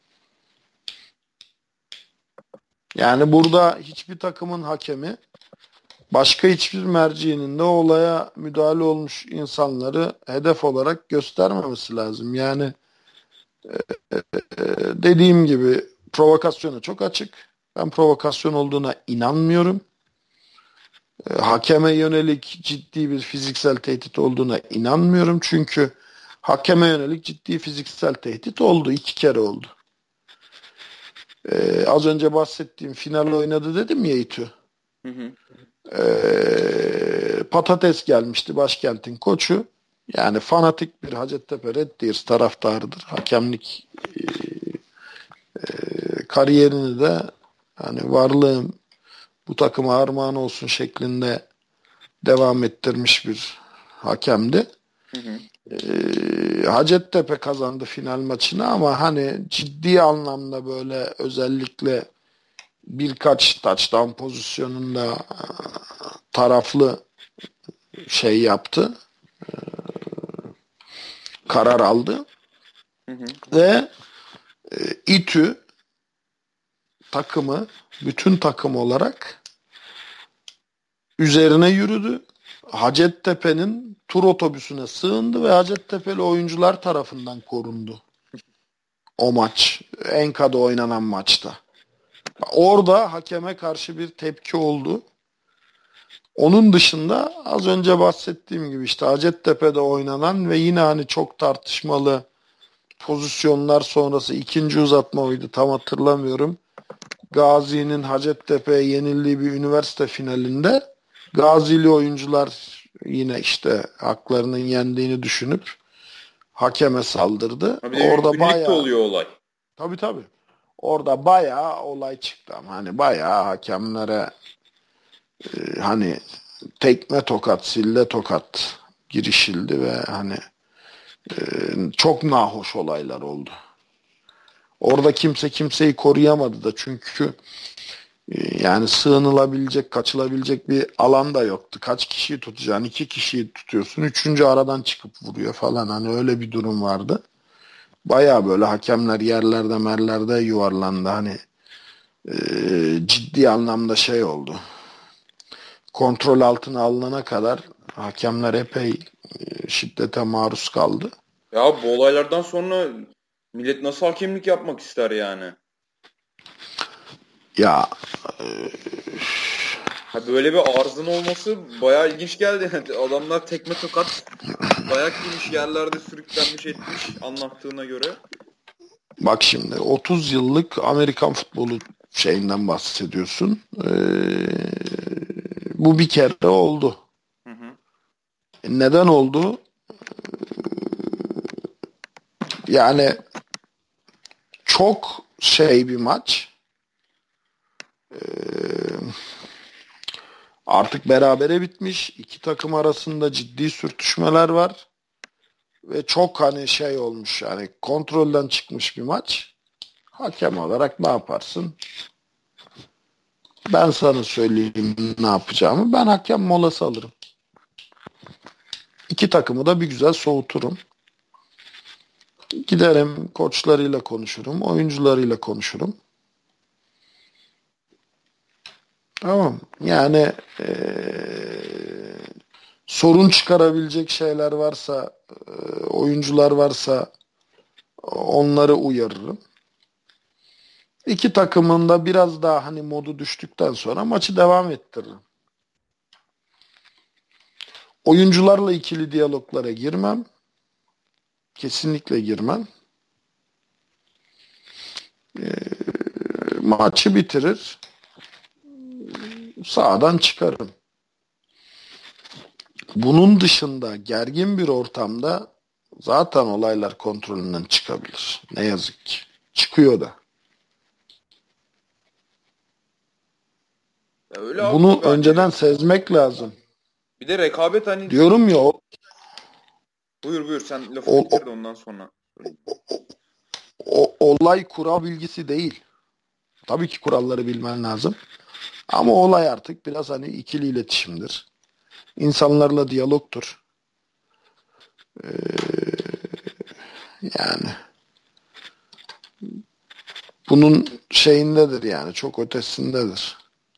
Yani burada hiçbir takımın hakemi başka hiçbir mercinin de olaya müdahale olmuş insanları hedef olarak göstermemesi lazım. Yani dediğim gibi provokasyona çok açık. Ben provokasyon olduğuna inanmıyorum. Hakeme yönelik ciddi bir fiziksel tehdit olduğuna inanmıyorum. Çünkü hakeme yönelik ciddi fiziksel tehdit oldu. 2 kere oldu. Az önce bahsettiğim final oynadı dedim ya İTÜ. Patates gelmişti, başkentin koçu. Yani fanatik bir Hacettepe Red Deers taraftarıdır. Hakemlik kariyerini de hani varlığım bu takıma armağan olsun şeklinde devam ettirmiş bir hakemdi. Hı hı. Hacettepe kazandı final maçını ama hani ciddi anlamda böyle özellikle birkaç touchdown pozisyonunda taraflı şey yaptı. Karar aldı. Hı hı. Ve İTÜ takımı bütün takım olarak üzerine yürüdü. Hacettepe'nin tur otobüsüne sığındı ve Hacettepe'li oyuncular tarafından korundu. O maç. Enka'da oynanan maçta. Orada hakeme karşı bir tepki oldu. Onun dışında az önce bahsettiğim gibi işte Hacettepe'de oynanan ve yine hani çok tartışmalı pozisyonlar sonrası ikinci uzatma oydu tam hatırlamıyorum. Gazi'nin Hacettepe'ye yenildiği bir üniversite finalinde Gazili oyuncular yine işte haklarının yendiğini düşünüp hakeme saldırdı. Bir de Orada birlikte bayağı oluyor olay. tabii. Orada bayağı olay çıktı ama hani bayağı hakemlere hani tekme tokat, sille tokat girişildi ve hani çok nahoş olaylar oldu. Orada kimse kimseyi koruyamadı da çünkü yani sığınılabilecek, kaçılabilecek bir alan da yoktu. Kaç kişiyi tutacaksın? 2 kişiyi tutuyorsun. Üçüncü aradan çıkıp vuruyor falan. Hani öyle bir durum vardı. Baya böyle hakemler yerlerde merlerde yuvarlandı. Hani ciddi anlamda şey oldu. Kontrol altına alınana kadar hakemler epey şiddete maruz kaldı. Ya bu olaylardan sonra millet nasıl hakemlik yapmak ister yani? Ya Böyle bir arzın olması bayağı ilginç geldi. Adamlar tekme tokat dayak yemiş, yerlerde sürüklenmiş etmiş anlattığına göre. bak şimdi 30 yıllık Amerikan futbolu şeyinden bahsediyorsun. Bu bir kere oldu. Hı hı. Neden oldu? Yani çok şey bir maç. Artık berabere bitmiş. İki takım arasında ciddi sürtüşmeler var. Ve çok hani şey olmuş yani kontrolden çıkmış bir maç. Hakem olarak ne yaparsın? Ben sana söyleyeyim ne yapacağımı. Ben hakem molası alırım. İki takımı da bir güzel soğuturum. Giderim koçlarıyla konuşurum, oyuncularıyla konuşurum. Tamam. Yani sorun çıkarabilecek şeyler varsa, oyuncular varsa onları uyarırım. İki takımın da biraz daha hani modu düştükten sonra maçı devam ettiririm. Oyuncularla ikili diyaloglara girmem. Kesinlikle girmem. Maçı bitirir. Sahadan çıkarım. Bunun dışında gergin bir ortamda zaten olaylar kontrolünden çıkabilir. Ne yazık ki. Çıkıyor da. Ya öyle Bunu abi, önceden sezmek lazım. bir de rekabet hani Diyorum ya buyur sen lafını bitir de ondan sonra. olay kural bilgisi değil. Tabii ki kuralları bilmen lazım. Ama olay artık biraz hani ikili iletişimdir. İnsanlarla diyalogtur. Ee, yani bunun şeyindedir yani çok ötesindedir.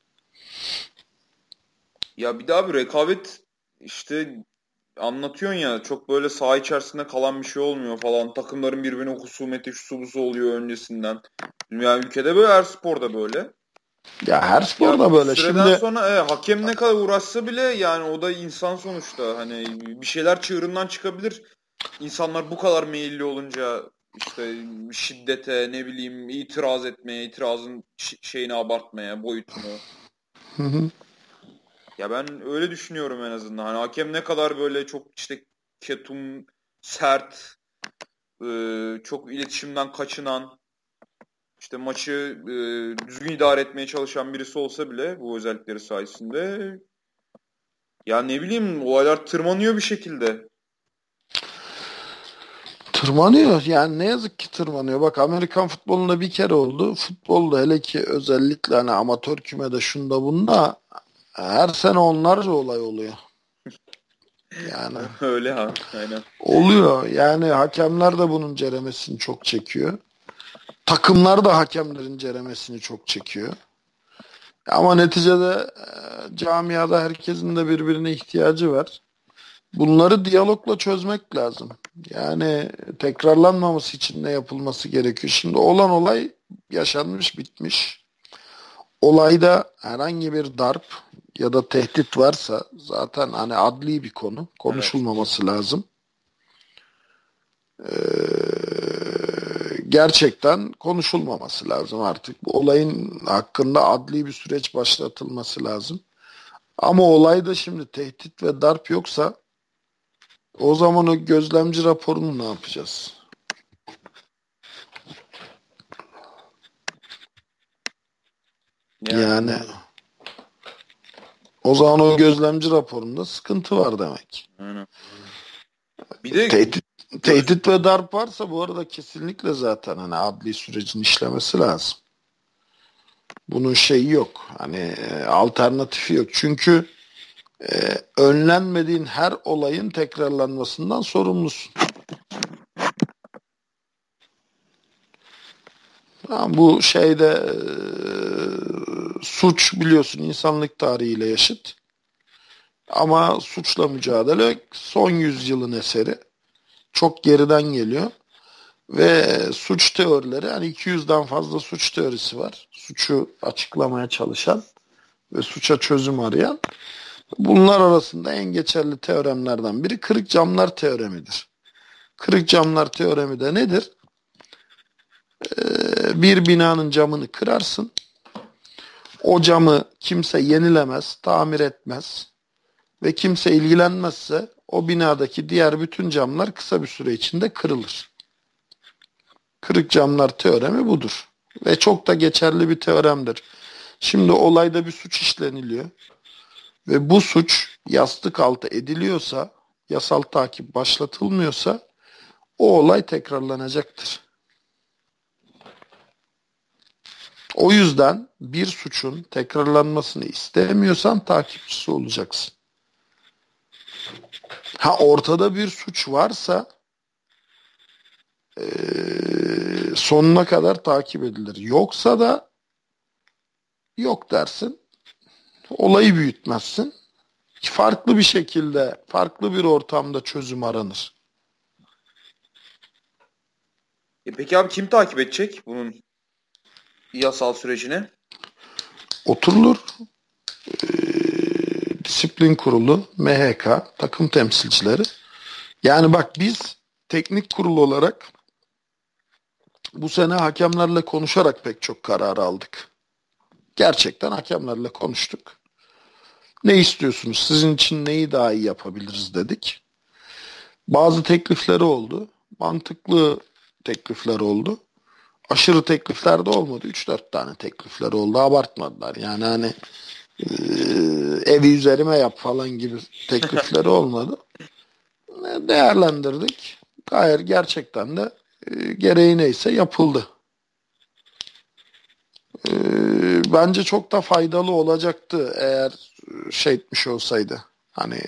Ya bir daha bir rekabet işte anlatıyorsun ya çok böyle saha içerisinde kalan bir şey olmuyor falan. Takımların birbirine husumeti şusu busu oluyor öncesinden. Ya ülkede böyle her sporda böyle. Ya her Ya sporda bir böyle. süreden Şimdi sonra hakem ne kadar uğraşsa bile yani o da insan sonuçta. Hani bir şeyler çığırından çıkabilir. İnsanlar bu kadar meyilli olunca işte şiddete ne bileyim itiraz etmeye, itirazın şeyini abartmaya, boyutunu. hı hı. Ya ben öyle düşünüyorum en azından. Hani hakem ne kadar böyle çok işte ketum, sert, çok iletişimden kaçınan, işte maçı düzgün idare etmeye çalışan birisi olsa bile bu özellikleri sayesinde ya ne bileyim olaylar tırmanıyor bir şekilde. Tırmanıyor. Yani ne yazık ki tırmanıyor. Bak Amerikan futbolunda bir kere oldu. Futbolda hele ki özellikle hani amatör kümede şunda bunda her sene onlarca olay oluyor. Yani Öyle ha, aynen. oluyor. Yani hakemler de bunun ceremesini çok çekiyor. Takımlar da hakemlerin ceremesini çok çekiyor. Ama neticede camiada herkesin de birbirine ihtiyacı var. Bunları diyalogla çözmek lazım. Yani tekrarlanmaması için ne yapılması gerekiyor? Şimdi olan olay yaşanmış, bitmiş. Olayda herhangi bir darp ya da tehdit varsa zaten hani adli bir konu. Evet. Konuşulmaması lazım. Gerçekten konuşulmaması lazım artık. Bu olayın hakkında adli bir süreç başlatılması lazım. Ama olayda şimdi tehdit ve darp yoksa o zaman o gözlemci raporunu ne yapacağız? Yani Yani o zaman o gözlemci raporunda sıkıntı var demek. aynen. Bir de Tehdit ve darp varsa bu arada kesinlikle zaten hani adli sürecin işlemesi lazım. Bunun şeyi yok. Hani alternatifi yok. Çünkü önlenmediğin her olayın tekrarlanmasından sorumlusun. Ha, bu şeyde suç biliyorsun insanlık tarihiyle yaşıt. Ama suçla mücadele son yüzyılın eseri. Çok geriden geliyor. Ve suç teorileri hani 200'den fazla suç teorisi var. Suçu açıklamaya çalışan ve suça çözüm arayan. Bunlar arasında en geçerli teoremlerden biri kırık camlar teoremidir. Kırık camlar teoremi de nedir? Bir binanın camını kırarsın. O camı kimse yenilemez, tamir etmez ve kimse ilgilenmezse o binadaki diğer bütün camlar kısa bir süre içinde kırılır. Kırık camlar teoremi budur. Ve çok da geçerli bir teoremdir. Şimdi olayda bir suç işleniliyor ve bu suç yastık altı ediliyorsa, yasal takip başlatılmıyorsa o olay tekrarlanacaktır. O yüzden bir suçun tekrarlanmasını istemiyorsan takipçisi olacaksın. Ha ortada bir suç varsa sonuna kadar takip edilir. Yoksa da yok dersin. Olayı büyütmezsin. Farklı bir şekilde, farklı bir ortamda çözüm aranır. peki abi kim takip edecek bunun yasal sürecini? Oturulur. Disiplin kurulu, MHK, takım temsilcileri. Yani bak biz teknik kurul olarak bu sene hakemlerle konuşarak pek çok karar aldık. Gerçekten hakemlerle konuştuk. Ne istiyorsunuz? Sizin için neyi daha iyi yapabiliriz dedik. Bazı teklifleri oldu. Mantıklı teklifler oldu. Aşırı teklifler de olmadı. 3-4 tane teklifler oldu. Abartmadılar. Yani hani evi üzerime yap falan gibi teklifleri olmadı. Değerlendirdik. Gayet gerçekten de gereği neyse yapıldı. Bence çok da faydalı olacaktı eğer şey etmiş olsaydı. Hani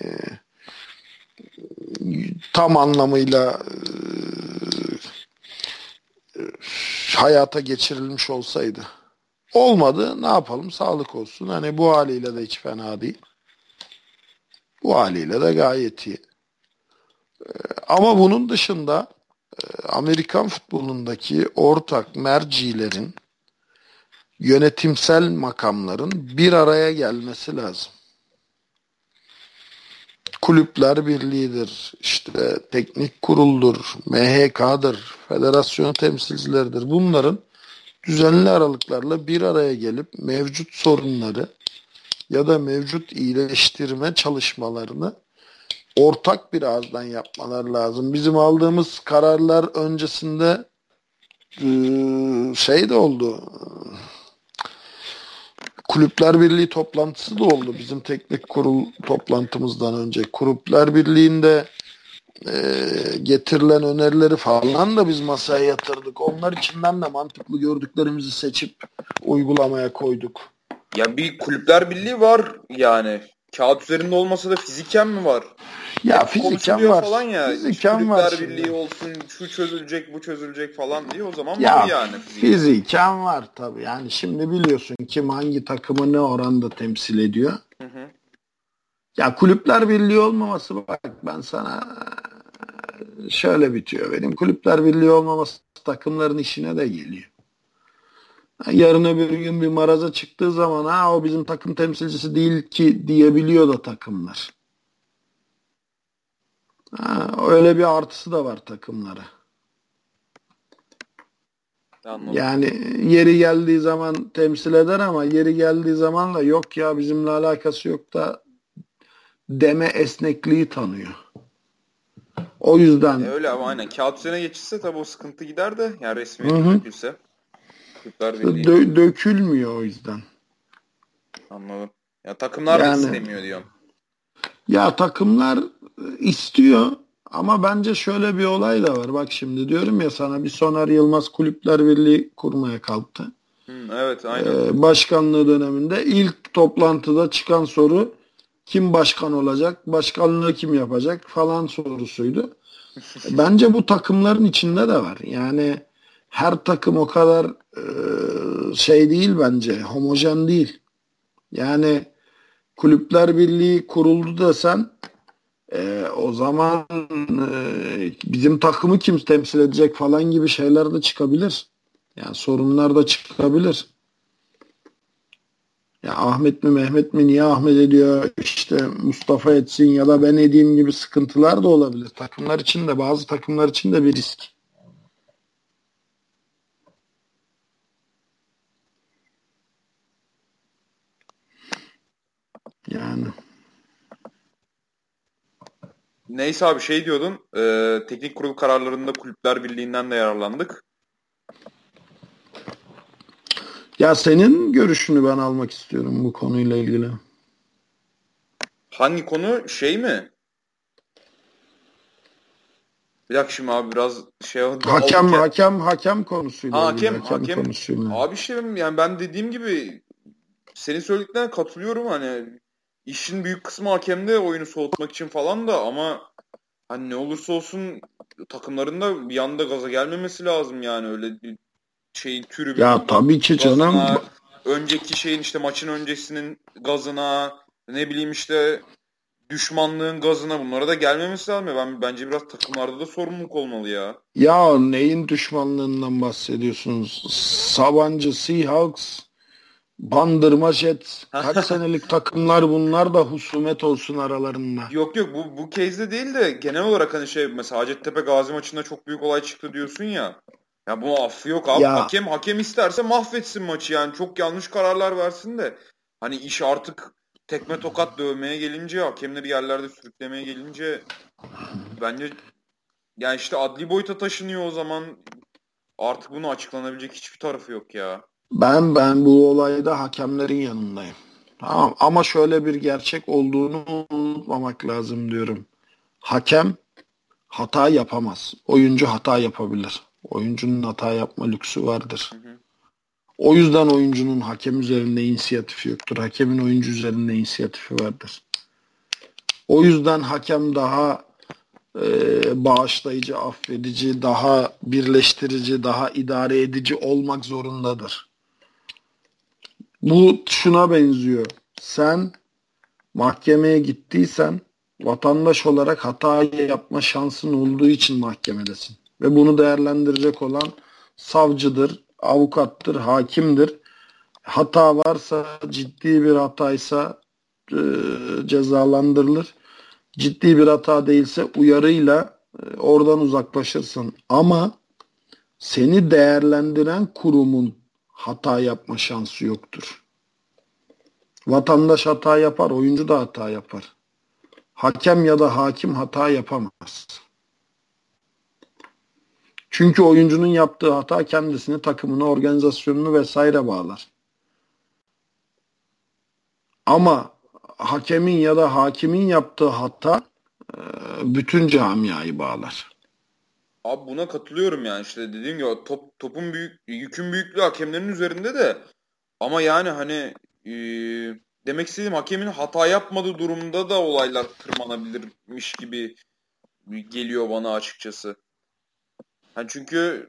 tam anlamıyla hayata geçirilmiş olsaydı. Olmadı ne yapalım sağlık olsun. Hani bu haliyle de hiç fena değil. Bu haliyle de gayet iyi. Ama bunun dışında Amerikan futbolundaki ortak mercilerin yönetimsel makamların bir araya gelmesi lazım. Kulüpler Birliği'dir, işte teknik kuruldur, MHK'dır, federasyon temsilcileridir. Bunların düzenli aralıklarla bir araya gelip mevcut sorunları ya da mevcut iyileştirme çalışmalarını ortak bir ağızdan yapmalar lazım. Bizim aldığımız kararlar öncesinde şey de oldu. Kulüpler Birliği toplantısı da oldu bizim teknik kurul toplantımızdan önce. Kulüpler Birliği'nde getirilen önerileri falan da biz masaya yatırdık. Onlar içinden de mantıklı gördüklerimizi seçip uygulamaya koyduk. Ya bir Kulüpler Birliği var yani. Kağıt üzerinde olmasa da fiziken mi var? Ya fiziken var. Falan ya. Fiziken Kulüpler var Birliği olsun, şu çözülecek, bu çözülecek falan diye o zaman ya, var yani. Fiziken var tabii. Yani şimdi biliyorsun kim hangi takımı ne oranda temsil ediyor. Hı hı. Ya Kulüpler Birliği olmaması, bak ben sana şöyle bitiyor. Benim Kulüpler Birliği olmaması takımların işine de geliyor. Yarın öbür gün bir maraza çıktığı zaman o bizim takım temsilcisi değil ki diyebiliyor da takımlar. Öyle bir artısı da var takımlara. Anladım. Yani yeri geldiği zaman temsil eder ama yeri geldiği zaman da yok ya bizimle alakası yok da deme esnekliği tanıyor. O yüzden. Öyle ama aynen. Kağıt üzerine geçirse tabii o sıkıntı gider de. Yani resmiyete dökülse. Dökülmüyor o yüzden. Anladım. Ya takımlar da istemiyor diyorsun. Ya takımlar istiyor ama bence şöyle bir olay da var. Bak şimdi diyorum ya sana, bir Soner Yılmaz Kulüpler Birliği kurmaya kalktı. Evet aynen. Başkanlığı döneminde ilk toplantıda çıkan soru kim başkan olacak, başkanlığı kim yapacak falan sorusuydu. Bence bu takımların içinde de var. Yani her takım o kadar şey değil bence, homojen değil. Yani Kulüpler Birliği kuruldu desen o zaman bizim takımı kim temsil edecek falan gibi şeyler de çıkabilir. Yani sorunlar da çıkabilir. Ya Ahmet mi Mehmet mi niye Ahmet ediyor, işte Mustafa etsin ya da ben edeyim gibi sıkıntılar da olabilir. Takımlar için de, bazı takımlar için de bir risk. Yani. Neyse abi şey diyordun. Teknik kurul kararlarında Kulüpler Birliği'nden de yararlandık. Ya senin görüşünü ben almak istiyorum bu konuyla ilgili. Hangi konu? Şey mi? Bir dakika şimdi abi biraz şey oldu. Hakem konusuyla ilgili. Hakem konusuyla. Abi işte yani ben dediğim gibi senin söylediklerine katılıyorum, hani işin büyük kısmı hakemde oyunu soğutmak için falan da, ama hani ne olursa olsun takımların da bir anda gaza gelmemesi lazım yani, öyle bir şeyin türü bir ya tabii ki gazına, canım. önceki şeyin işte maçın öncesinin gazına, ne bileyim işte düşmanlığın gazına, bunlara da gelmemesi lazım ya. Bence biraz takımlarda da sorumluluk olmalı ya. Ya neyin düşmanlığından bahsediyorsunuz? Sabancı, Seahawks, Bandırma Jets. Kaç senelik takımlar bunlar da husumet olsun aralarında. Yok bu case'de değil de genel olarak hani şey, mesela Hacettepe Gazi maçında çok büyük olay çıktı diyorsun ya. Ya bu affı yok abi. Ya, Hakem isterse mahvetsin maçı yani, çok yanlış kararlar versin de. Hani iş artık tekme tokat dövmeye gelince, hakemleri yerlerde sürüklemeye gelince bence yani işte adli boyuta taşınıyor o zaman. Artık bunu açıklanabilecek hiçbir tarafı yok ya. ben bu olayda hakemlerin yanındayım. Tamam, ama şöyle bir gerçek olduğunu unutmamak lazım diyorum. Hakem hata yapamaz. Oyuncu hata yapabilir. Oyuncunun hata yapma lüksü vardır. O yüzden oyuncunun hakem üzerinde inisiyatifi yoktur. Hakemin oyuncu üzerinde inisiyatifi vardır. O yüzden hakem daha bağışlayıcı, affedici, daha birleştirici, daha idare edici olmak zorundadır. Bu şuna benziyor. Sen mahkemeye gittiysen vatandaş olarak hata yapma şansın olduğu için mahkemedesin. Ve bunu değerlendirecek olan savcıdır, avukattır, hakimdir. Hata varsa, ciddi bir hataysa cezalandırılır. Ciddi bir hata değilse uyarıyla oradan uzaklaşırsın. Ama seni değerlendiren kurumun hata yapma şansı yoktur. Vatandaş hata yapar, oyuncu da hata yapar. Hakem ya da hakim hata yapamaz. Çünkü oyuncunun yaptığı hata kendisini, takımını, organizasyonunu vesaire bağlar. Ama hakemin ya da hakimin yaptığı hata bütün camiayı bağlar. Abi buna katılıyorum yani, işte dediğim gibi topun yükün büyüklüğü hakemlerin üzerinde de, ama yani hani demek istediğim, hakemin hata yapmadığı durumda da olaylar tırmanabilirmiş gibi geliyor bana açıkçası. Yani çünkü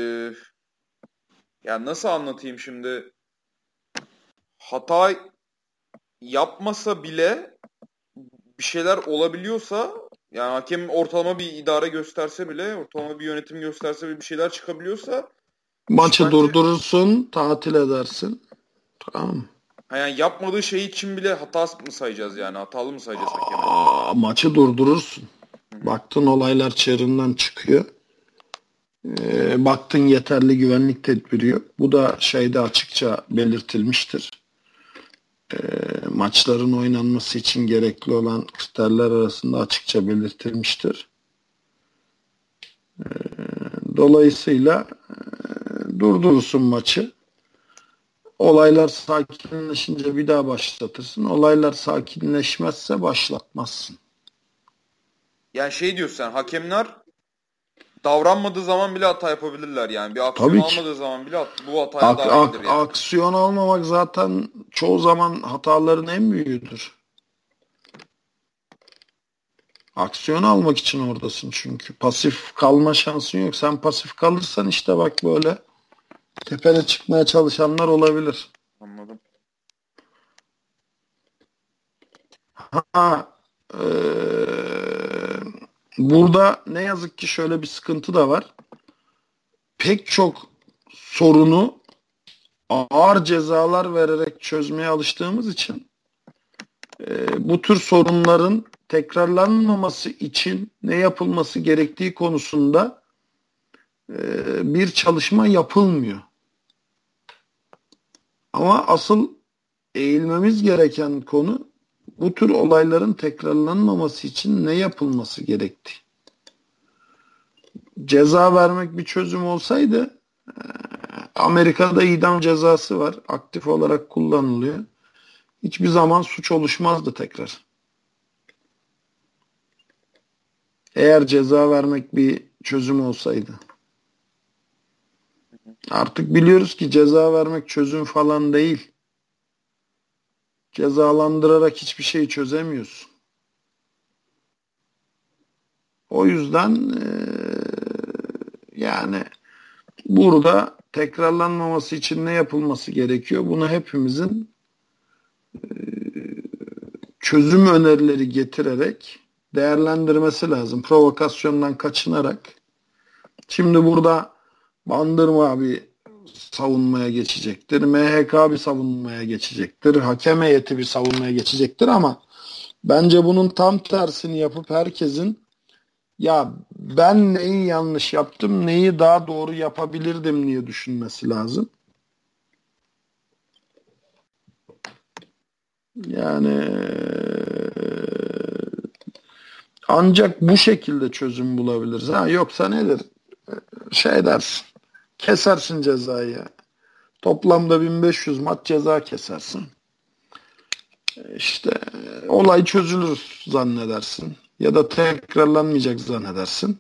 yani nasıl anlatayım şimdi, hata yapmasa bile bir şeyler olabiliyorsa, yani hakem ortalama bir idare gösterse bile, ortalama bir yönetim gösterse bile bir şeyler çıkabiliyorsa, Maçı bence durdurursun, tatil edersin. Tamam. yani yapmadığı şey için bile hata mı sayacağız, yani hatalı mı sayacağız hakemi? Maçı durdurursun. Baktın olaylar çığırından çıkıyor. Baktın yeterli güvenlik tedbiri yok. Bu da şeyde açıkça belirtilmiştir. Maçların oynanması için gerekli olan kriterler arasında açıkça belirtilmiştir. Dolayısıyla durdurursun maçı. Olaylar sakinleşince bir daha başlatırsın. Olaylar sakinleşmezse başlatmazsın. Yani şey diyorsun sen, hakemler davranmadığı zaman bile hata yapabilirler yani. Bir aksiyon almadığı zaman bile bu hataya dahildir yani. Aksiyon almamak zaten çoğu zaman hataların en büyüğüdür. Aksiyon almak için oradasın çünkü. Pasif kalma şansın yok. Sen pasif kalırsan işte bak böyle tepene çıkmaya çalışanlar olabilir. Anladım. Burada ne yazık ki şöyle bir sıkıntı da var. Pek çok sorunu ağır cezalar vererek çözmeye alıştığımız için bu tür sorunların tekrarlanmaması için ne yapılması gerektiği konusunda bir çalışma yapılmıyor. Ama asıl eğilmemiz gereken konu, bu tür olayların tekrarlanmaması için ne yapılması gerektiği. Ceza vermek bir çözüm olsaydı, Amerika'da idam cezası var. Aktif olarak kullanılıyor. Hiçbir zaman suç oluşmazdı tekrar. Eğer ceza vermek bir çözüm olsaydı. Artık biliyoruz ki ceza vermek çözüm falan değil. Cezalandırarak hiçbir şeyi çözemiyorsun. O yüzden yani burada tekrarlanmaması için ne yapılması gerekiyor? Bunu hepimizin çözüm önerileri getirerek değerlendirmesi lazım. Provokasyondan kaçınarak. Şimdi burada Bandırma bir savunmaya geçecektir. MHK bir savunmaya geçecektir. Hakem heyeti bir savunmaya geçecektir ama bence bunun tam tersini yapıp herkesin, ya ben neyi yanlış yaptım, neyi daha doğru yapabilirdim diye düşünmesi lazım. Yani ancak bu şekilde çözüm bulabiliriz. Yoksa nedir? Şey dersin, kesersin cezayı. Toplamda 1500 maç ceza kesersin. İşte olay çözülür zannedersin. Ya da tekrarlanmayacak zannedersin.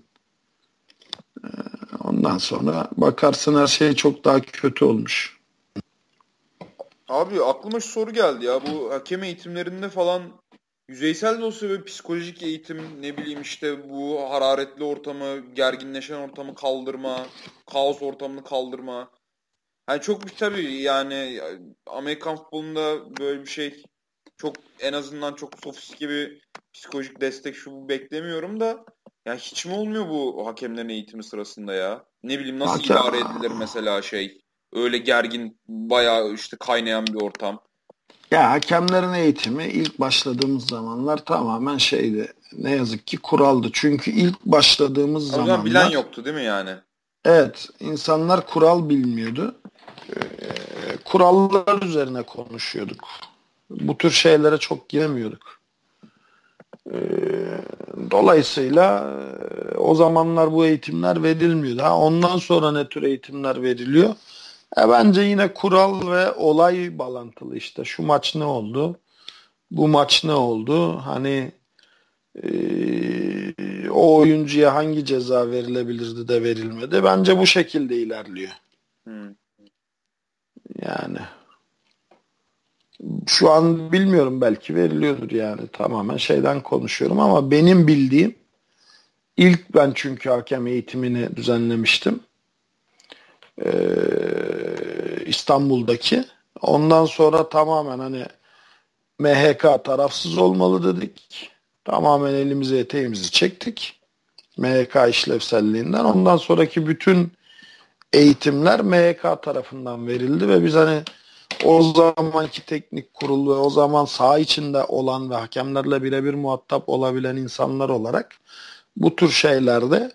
Ondan sonra bakarsın her şey çok daha kötü olmuş. Abi aklıma şu soru geldi ya. Bu hakem eğitimlerinde falan yüzeysel de olsa böyle psikolojik eğitim, ne bileyim işte bu hararetli ortamı, gerginleşen ortamı kaldırma, kaos ortamını kaldırma. Yani çok tabii yani Amerikan futbolunda böyle bir şey çok, en azından çok sofistike bir psikolojik destek şu bu beklemiyorum da, ya hiç mi olmuyor bu hakemlerin eğitimi sırasında ya? Ne bileyim nasıl idare edilir mesela şey, öyle gergin, bayağı işte kaynayan bir ortam. Ya hakemlerin eğitimi ilk başladığımız zamanlar tamamen şeydi. Ne yazık ki kuraldı. Çünkü ilk başladığımız zamanlar bilen yoktu değil mi yani? Evet, insanlar kural bilmiyordu. Kurallar üzerine konuşuyorduk. Bu tür şeylere çok giremiyorduk. Dolayısıyla o zamanlar bu eğitimler verilmiyordu. Ondan sonra ne tür eğitimler veriliyor? Bence yine kural ve olay bağlantılı işte. Şu maç ne oldu? Bu maç ne oldu? Hani o oyuncuya hangi ceza verilebilirdi de verilmedi? Bence bu şekilde ilerliyor. Yani şu an bilmiyorum, belki veriliyordur yani, tamamen şeyden konuşuyorum ama benim bildiğim, ilk ben çünkü hakem eğitimini düzenlemiştim. İstanbul'daki. Ondan sonra tamamen hani MHK tarafsız olmalı dedik. Tamamen elimizi eteğimizi çektik. MHK işlevselliğinden. Ondan sonraki bütün eğitimler MHK tarafından verildi ve biz hani o zamanki teknik kurul ve o zaman saha içinde olan ve hakemlerle birebir muhatap olabilen insanlar olarak bu tür şeylerde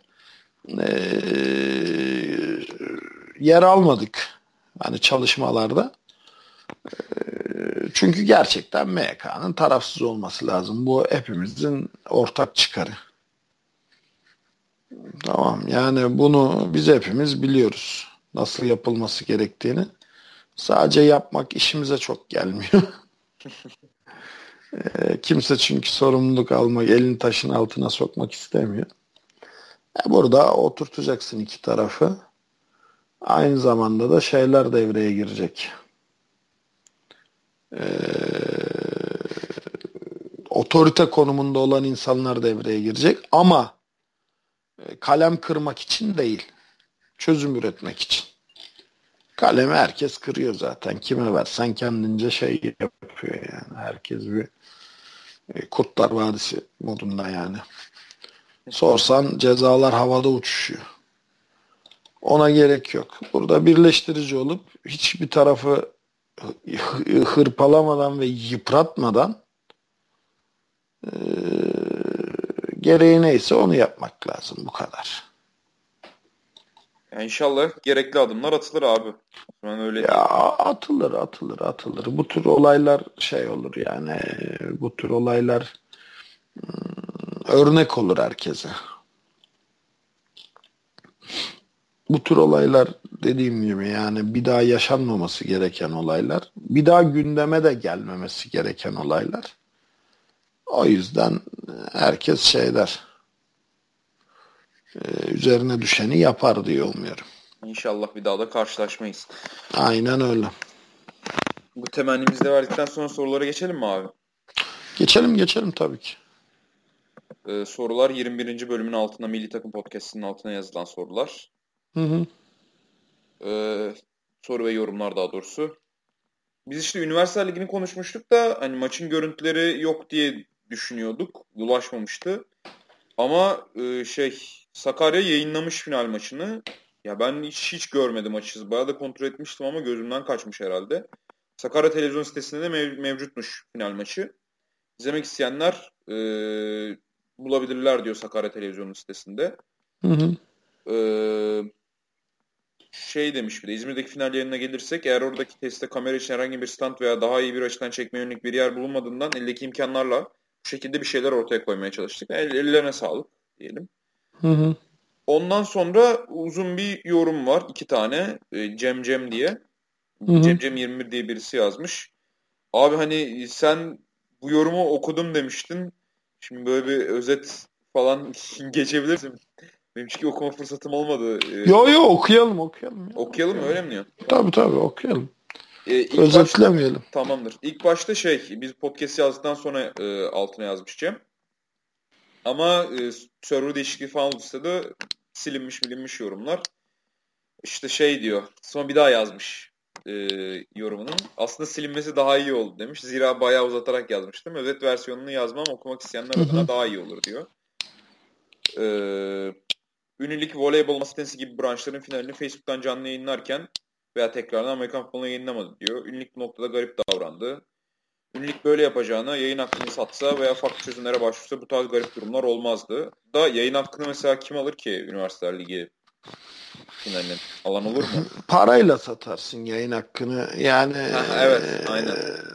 yer almadık. Hani çalışmalarda. Çünkü gerçekten MHK'nın tarafsız olması lazım. Bu hepimizin ortak çıkarı. Tamam, yani bunu biz hepimiz biliyoruz. Nasıl yapılması gerektiğini. Sadece yapmak işimize çok gelmiyor. Kimse çünkü sorumluluk almak, elini taşın altına sokmak istemiyor. Burada oturtacaksın iki tarafı. Aynı zamanda da şeyler devreye girecek. Otorite konumunda olan insanlar devreye girecek ama kalem kırmak için değil, çözüm üretmek için. Kalemi herkes kırıyor zaten. Kime versen kendince şey yapıyor yani. Herkes bir Kurtlar Vadisi modunda yani. Sorsan cezalar havada uçuşuyor. Ona gerek yok. Burada birleştirici olup hiçbir tarafı hırpalamadan ve yıpratmadan gereği neyse onu yapmak lazım. Bu kadar. Yani İnşallah gerekli adımlar atılır abi. Ben öyle ya atılır. Bu tür olaylar şey olur yani. Bu tür olaylar örnek olur herkese. Bu tür olaylar dediğim gibi yani bir daha yaşanmaması gereken olaylar. Bir daha gündeme de gelmemesi gereken olaylar. O yüzden herkes şey der. Üzerine düşeni yapar diye umuyorum. İnşallah bir daha da karşılaşmayız. Aynen öyle. Bu temennimizi de verdikten sonra sorulara geçelim mi abi? Geçelim tabii ki. Sorular 21. bölümün altına, Milli Takım Podcast'ının altına yazılan sorular. Hı. Soru ve yorumlar daha doğrusu. Biz işte Üniversiteler Ligi'ni konuşmuştuk da hani maçın görüntüleri yok diye düşünüyorduk. Ulaşmamıştı. Ama Sakarya yayınlamış final maçını. Ya ben hiç görmedim açıkçası. Bayağı da kontrol etmiştim ama gözümden kaçmış herhalde. Sakarya televizyon sitesinde de mevcutmuş final maçı. İzlemek isteyenler bulabilirler diyor Sakarya televizyonun sitesinde. Hı. Demiş bir de, İzmir'deki final yerine gelirsek, eğer oradaki tesiste kamera için herhangi bir stand veya daha iyi bir açıdan çekmeye yönelik bir yer bulunmadığından eldeki imkanlarla bu şekilde bir şeyler ortaya koymaya çalıştık. Ellerine sağlık diyelim. Hı. Ondan sonra uzun bir yorum var. 2 tane. Cem diye. Hı. Cem 21 diye birisi yazmış. Abi hani sen bu yorumu okudum demiştin. Şimdi böyle bir özet falan geçebilirsin. Benim çünkü okuma fırsatım olmadı. Yo okuyalım. Okuyalım mı, öyle mi diyor? Tabii okuyalım. İlk Özetlemeyelim. Başta, tamamdır. İlk başta biz podcast yazdıktan sonra altına yazmış Cem. Ama server değişikliği falan olursa da silinmiş yorumlar. İşte diyor. Sonra bir daha yazmış yorumunun. Aslında silinmesi daha iyi oldu demiş. Zira bayağı uzatarak yazmıştım. Özet versiyonunu yazmam okumak isteyenler adına daha iyi olur diyor. Ünlülük, voleybol, masa tenisi gibi branşların finalini Facebook'tan canlı yayınlarken veya tekrardan Amerikan futboluna yayınlamadı diyor. Ünlülük bu noktada garip davrandı. Ünlülük böyle yapacağına yayın hakkını satsa veya farklı çözümlere başvursa bu tarz garip durumlar olmazdı. Da yayın hakkını mesela kim alır ki Üniversiteler Ligi finalin? Alan olur mu? Parayla satarsın yayın hakkını. Yani Evet, aynen.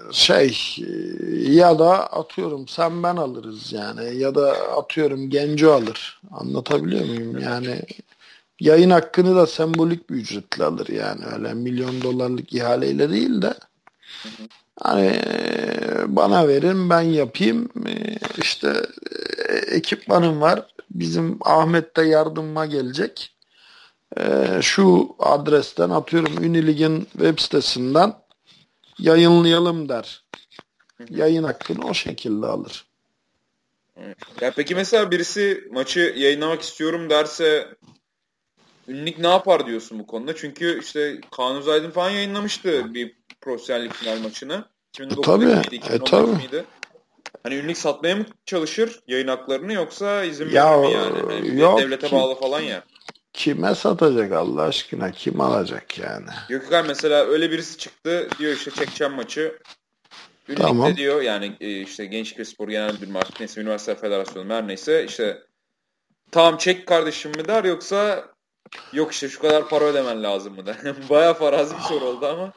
Ya da atıyorum sen ben alırız yani. Ya da atıyorum Genco alır. Anlatabiliyor muyum? Yani yayın hakkını da sembolik bir ücretle alır yani. Öyle milyon dolarlık ihaleyle değil de Hı hı. hani bana verin ben yapayım. İşte ekipmanım var. Bizim Ahmet de yardımıma gelecek. Şu adresten atıyorum Unilig'in web sitesinden yayınlayalım der. Hı hı. Yayın hakkını o şekilde alır. Evet. Ya peki mesela birisi maçı yayınlamak istiyorum derse Ünlük ne yapar diyorsun bu konuda? Çünkü işte Kaan Özaydın falan yayınlamıştı bir profesyonellik final maçını. 2009'daki Tabii, miydi, 2010'daki tabii. miydi? Hani Ünlük satmaya mı çalışır yayın haklarını yoksa izin Ya verir mi yani? Hani bir de yok devlete ki bağlı falan ya. kime satacak Allah aşkına kim alacak yani? Gökhan mesela öyle birisi çıktı diyor işte çekeceğim maçı. Ünlük de Tamam. diyor yani işte Gençlik ve Spor Genel Müdürü artık neyse Üniversite Federasyonu her neyse işte tamam çek kardeşim mi der yoksa yok işte şu kadar para ödemen lazım mı der. Bayağı farazi bir soru oldu ama.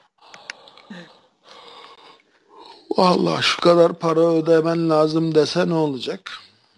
Vallahi şu kadar para ödemen lazım dese ne olacak?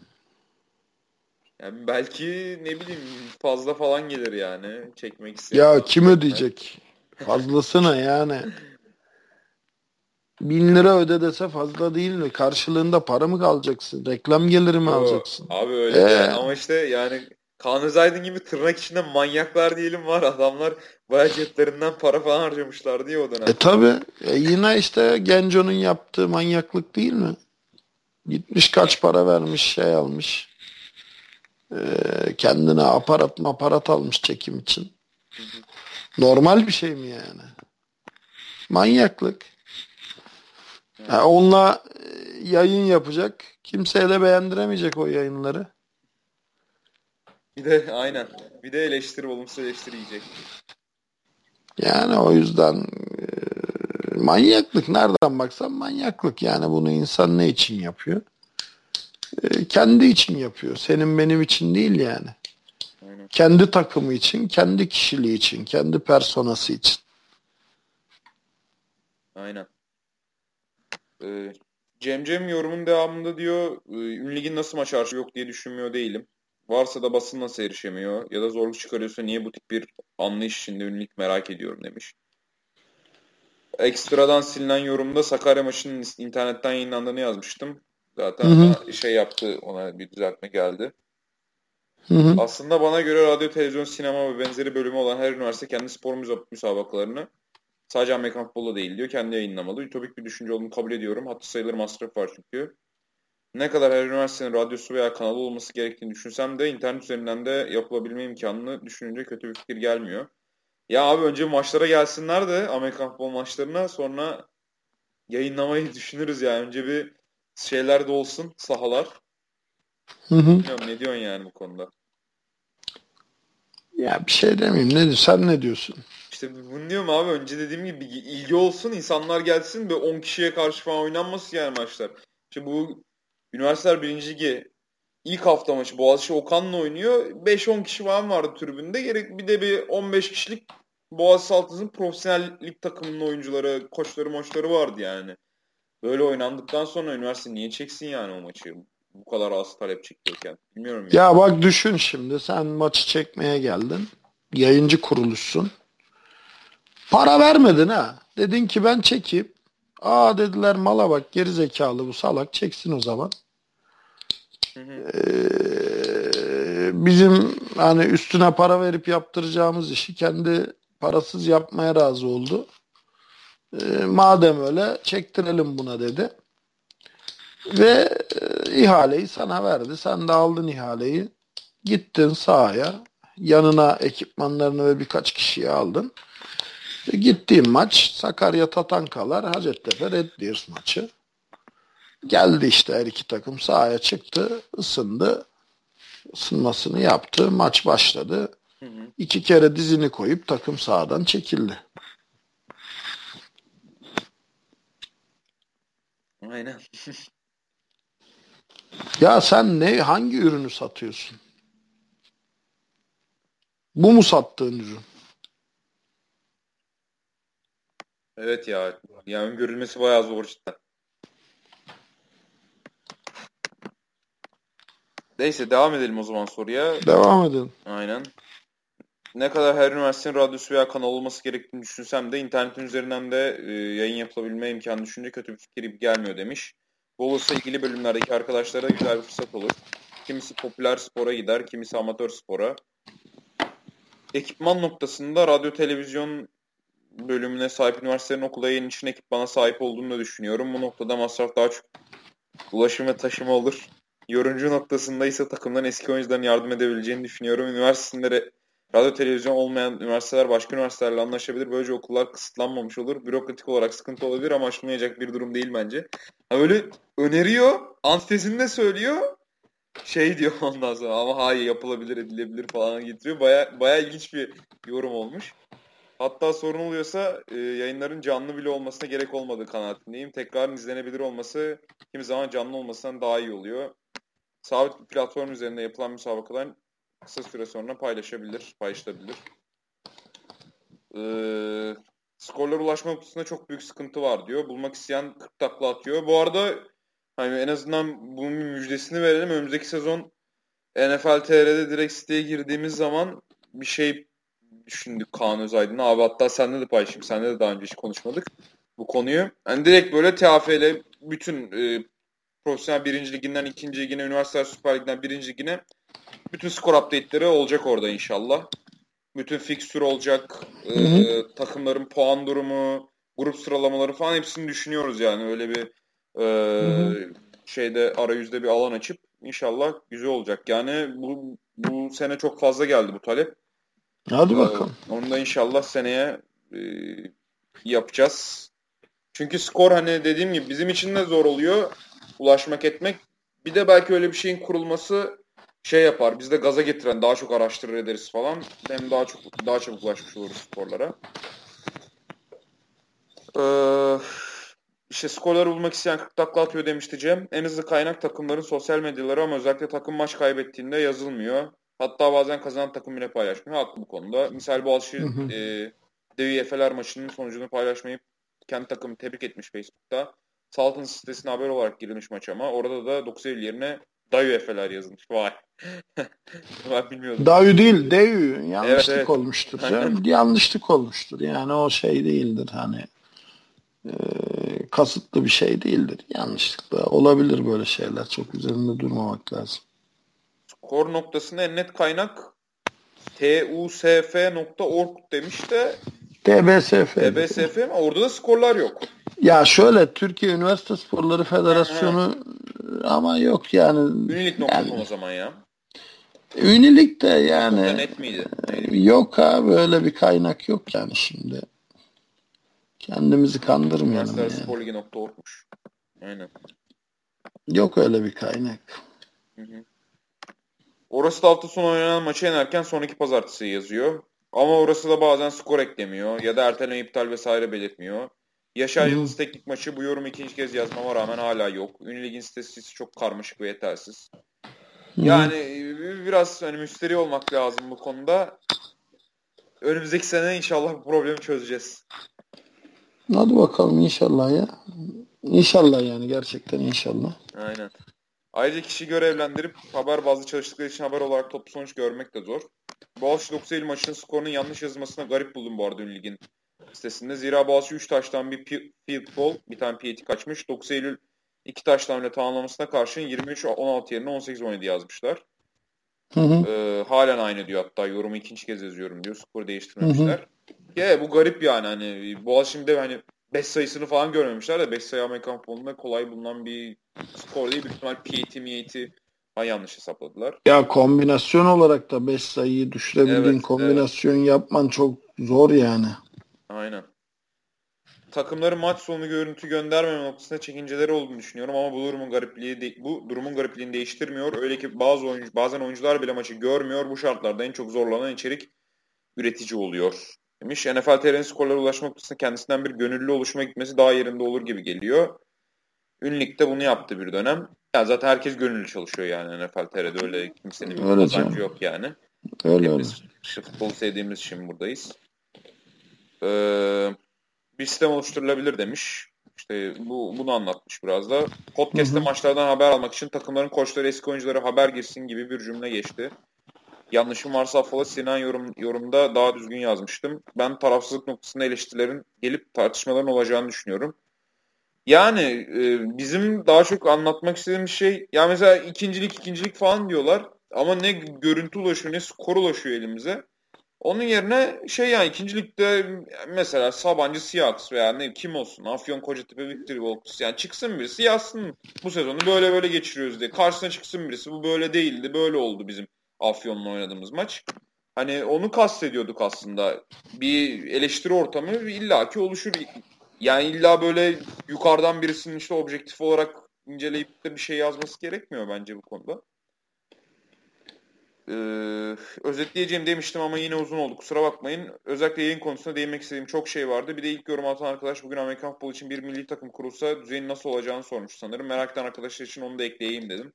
Yani belki ne bileyim fazla falan gelir yani. Çekmek isteyip Ya kim çekmez. ödeyecek? Fazlasına yani. 1.000 lira öde dese fazla değil mi? Karşılığında para mı alacaksın? Reklam geliri mi Yo alacaksın? abi öyle de E, ama işte yani Kaan Özaydın gibi tırnak içinde manyaklar diyelim var. Adamlar bayağı ceplerinden para falan harcamışlar diye o dönem. tabi. Yine işte Genco'nun yaptığı manyaklık değil mi? Gitmiş kaç para vermiş şey almış. Kendine aparat almış çekim için. Hı hı. Normal bir şey mi yani? Manyaklık. Ha, Aynen. onunla yayın yapacak. Kimseye de beğendiremeyecek o yayınları. Bir de aynen. Bir de eleştiri, olumsuz eleştiri yiyecek. Yani o yüzden manyaklık. Nereden baksan manyaklık. Yani bunu insan ne için yapıyor? Kendi için yapıyor. Senin benim için değil yani. Aynen. Kendi takımı için, kendi kişiliği için, kendi personası için. Aynen. Ee, Cem yorumun devamında diyor Ünlü Lig'in nasıl maç arşivi yok diye düşünmüyor değilim. Varsa da basın nasıl erişemiyor ya da zorluk çıkarıyorsa niye bu tip bir anlayış içinde Ünlü Lig merak ediyorum demiş. Ekstradan silinen yorumda Sakarya maçının internetten yayınlandığını yazmıştım. Hı Zaten hı. şey yaptı ona bir düzeltme geldi. Hı hı. Aslında bana göre radyo, televizyon, sinema ve benzeri bölümü olan her üniversite kendi spor müsabakalarını sadece Amerikan futbolu değil diyor. Kendi yayınlamalı. Ütopik bir düşünce olduğunu kabul ediyorum. Hatta sayılır masraf var çünkü. Ne kadar her üniversitenin radyosu veya kanalı olması gerektiğini düşünsem de internet üzerinden de yapılabilme imkanını düşününce kötü bir fikir gelmiyor. Ya abi önce maçlara gelsinler de Amerikan futbol maçlarına sonra yayınlamayı düşünürüz yani. Önce bir şeyler de olsun sahalar. Hı hı. Bilmiyorum ne diyorsun yani bu konuda. Ya bir şey demeyeyim. Sen ne diyorsun? İşte bunu diyorum abi önce dediğim gibi bir ilgi olsun insanlar gelsin ve 10 kişiye karşı falan oynanmasın yani maçlar. İşte bu Üniversiteler 1. Ligi ilk hafta maçı Boğaziçi Okan'la oynuyor. 5-10 kişi falan vardı tribünde. Gerek bir de bir 15 kişilik Boğaziçi Altınız'ın profesyonel lig takımının oyuncuları, koçları, moçları vardı yani. Böyle oynandıktan sonra üniversite niye çeksin yani o maçı? Bu kadar az talep çekiyorken. Bilmiyorum ya. Ya bak düşün şimdi sen maçı çekmeye geldin. Yayıncı kuruluşsun. Para vermedin ha. Dedin ki ben çekeyim. Aa dediler mala bak geri zekalı bu salak çeksin o zaman. Hı hı. Bizim hani üstüne para verip yaptıracağımız işi kendi parasız yapmaya razı oldu. Madem öyle çektirelim buna dedi. Ve ihaleyi sana verdi. Sen de aldın ihaleyi. Gittin sahaya. Yanına ekipmanlarını ve birkaç kişiyi aldın. Gittiğim maç Sakarya Tatankalar Hacettepe Red Deers maçı. Geldi işte her iki takım sahaya çıktı, ısındı, ısınmasını yaptı, maç başladı. Hı hı. 2 kere dizini koyup takım sahadan çekildi. Aynen. Ya sen hangi ürünü satıyorsun? Bu mu sattığın ürün? Evet ya. Yani öngörülmesi bayağı zor cidden. Neyse devam edelim o zaman soruya. Devam edelim. Aynen. Ne kadar her üniversitenin radyosu veya kanalı olması gerektiğini düşünsem de internetin üzerinden de yayın yapılabilme imkanı düşünce kötü bir fikir gibi gelmiyor demiş. Bu olursa ilgili bölümlerdeki arkadaşlara güzel bir fırsat olur. Kimisi popüler spora gider, kimisi amatör spora. Ekipman noktasında radyo televizyon bölümüne sahip üniversitelerin okula yayın için ekipmana sahip olduğunu da düşünüyorum. Bu noktada masraf daha çok ulaşım ve taşıma olur. Yorumcu noktasında ise takımdan eski oyuncuların yardım edebileceğini düşünüyorum. Üniversitelere radyo televizyon olmayan üniversiteler başka üniversitelerle anlaşabilir. Böylece okullar kısıtlanmamış olur. Bürokratik olarak sıkıntı olabilir ama aşılmayacak bir durum değil bence. Ha öyle öneriyor, antitezini de söylüyor. Şey diyor ondan sonra ama hayır yapılabilir edilebilir falan getiriyor. Baya ilginç bir yorum olmuş. Hatta sorun oluyorsa yayınların canlı bile olmasına gerek olmadığı kanaatindeyim. Tekrar izlenebilir olması kimi zaman canlı olmasından daha iyi oluyor. Sabit bir platform üzerinde yapılan müsabakalar kısa süre sonra paylaşılabilir. Skorlara ulaşma noktasında çok büyük sıkıntı var diyor. Bulmak isteyen 40 takla atıyor. Bu arada hani en azından bunun bir müjdesini verelim. Önümüzdeki sezon NFL TR'de direkt siteye girdiğimiz zaman bir şey düşündük Kaan Özaydın'la. Abi hatta seninle de paylaşayım. Seninle de daha önce hiç konuşmadık bu konuyu. Yani direkt böyle TFL bütün profesyonel 1. liginden 2. ligine, üniversite Süper Lig'den 1. ligine bütün skor update'leri olacak orada inşallah. Bütün fikstür olacak, takımların puan durumu, grup sıralamaları falan hepsini düşünüyoruz yani. Öyle bir şeyde arayüzde bir alan açıp inşallah güzel olacak. Yani bu sene çok fazla geldi bu talep. Hadi bakalım. Onu da inşallah seneye yapacağız. Çünkü skor hani dediğim gibi bizim için de zor oluyor ulaşmak etmek. Bir de belki öyle bir şeyin kurulması şey yapar. Biz de gaza getiren daha çok araştırır ederiz falan. Hem daha çabuk ulaşmış oluruz sporlara. İşte skorları bulmak isteyen 40 takla atıyor demişti Cem. En hızlı kaynak takımların sosyal medyaları ama özellikle takım maç kaybettiğinde yazılmıyor. Hatta bazen kazanan takım bile paylaşmıyor. Haklı bu konuda. Misal Boğaziçi Devi Efeler maçının sonucunu paylaşmayıp kendi takımı tebrik etmiş Facebook'ta. Salt'ın sitesine haber olarak girilmiş maç ama orada da 9 Eylül yerine Dayu Efeler yazılmış. Vay. Ben bilmiyordum. Dayu değil, Deyu. Yanlışlık evet. olmuştur canım. Yanlışlık olmuştur. Yani o şey değildir hani. Kasıtlı bir şey değildir. Yanlışlıkla olabilir böyle şeyler. Çok üzerinde durmamak lazım. Skor noktasında en net kaynak tusf.org demiş de TBSF mi? Orada da skorlar yok. Ya şöyle Türkiye Üniversite Sporları Federasyonu ama yok yani. Ünilik.com yani, o zaman ya. Ünilik de yani. Net miydi? Yok abi öyle bir kaynak yok yani şimdi. Kendimizi kandırmayalım yani. Üniversitesporligi.org'muş. Aynen. Yok öyle bir kaynak. Orası da hafta sonu oynanan maçı yenerken sonraki pazartesi yazıyor. Ama orası da bazen skor eklemiyor ya da erteleme iptal vesaire belirtmiyor. Yaşar Yıldız teknik maçı bu yorumu ikinci kez yazmama rağmen hala yok. Ünlü sitesi çok karmaşık ve yetersiz. Yani biraz hani müsteri olmak lazım bu konuda. Önümüzdeki sene inşallah bu problemi çözeceğiz. Hadi bakalım inşallah ya. İnşallah yani gerçekten inşallah. Aynen. Ayrıca kişi görevlendirip haber bazlı çalıştıkları için haber olarak toplu sonuç görmek de zor. Boğaziçi 9 Eylül maçının skorunun yanlış yazılmasına garip buldum bu arada Ünlü Lig'in sitesinde. Zira Boğaziçi 3 taştan bir field goal, bir tane PAT kaçmış. 9 Eylül 2 taştan ile tamamlamasına karşın 23-16 yerine 18-17 yazmışlar. Halen aynı diyor hatta yorumu ikinci kez yazıyorum diyor. Skoru değiştirmemişler. Ya bu garip yani hani Boğaziçi'nde hani 5 sayısını falan görmemişler de 5 sayı Amerikan futbolunda kolay bulunan bir skor değil. Büyük ihtimal PAT yanlış hesapladılar. Ya kombinasyon olarak da 5 sayıyı düşürebildiğin kombinasyon yapman çok zor yani. Aynen. Takımların maç sonu görüntü göndermeme noktasında çekinceleri olduğunu düşünüyorum ama bu durumun garipliğini değiştirmiyor. Öyle ki bazen oyuncular bile maçı görmüyor. Bu şartlarda en çok zorlanan içerik üretici oluyor demiş. NFL TR'nin skorlara ulaşmak noktasında kendisinden bir gönüllü oluşuma gitmesi daha yerinde olur gibi geliyor. Ünlük de bunu yaptı bir dönem. Yani zaten herkes gönüllü çalışıyor yani NFL TR'de öyle kimsenin bir kazancı yok yani. Öyle Hepimiz işte futbolu sevdiğimiz için buradayız. Bir sistem oluşturulabilir demiş. İşte bunu anlatmış biraz da. Podcast'te maçlardan haber almak için takımların koçları, eski oyuncuları haber girsin gibi bir cümle geçti. Yanlışım varsa affola. Sinan yorumda daha düzgün yazmıştım. Ben tarafsızlık noktasında eleştirilerin gelip tartışmaların olacağını düşünüyorum. Yani bizim daha çok anlatmak istediğimiz şey, ya mesela ikincilik falan diyorlar ama ne görüntü ulaşıyor ne skor ulaşıyor elimize. Onun yerine yani ikincilikte mesela Sabancı Seahawks veya kim olsun, Afyon Kocatepe Victory Volks, yani çıksın birisi yazsın bu sezonu böyle böyle geçiriyoruz diye. Karşısına çıksın birisi bu böyle değildi, böyle oldu bizim Afyon'la oynadığımız maç. Hani onu kastediyorduk aslında. Bir eleştiri ortamı illaki oluşur. Yani illa böyle yukarıdan birisinin işte objektif olarak inceleyip de bir şey yazması gerekmiyor bence bu konuda. Özetleyeceğim demiştim ama yine uzun oldu. Kusura bakmayın. Özellikle yayın konusunda değinmek istediğim çok şey vardı. Bir de ilk yorum atan arkadaş bugün Amerikan futbolu için bir milli takım kurulsa düzeyin nasıl olacağını sormuş sanırım. Merak eden arkadaşlar için onu da ekleyeyim dedim.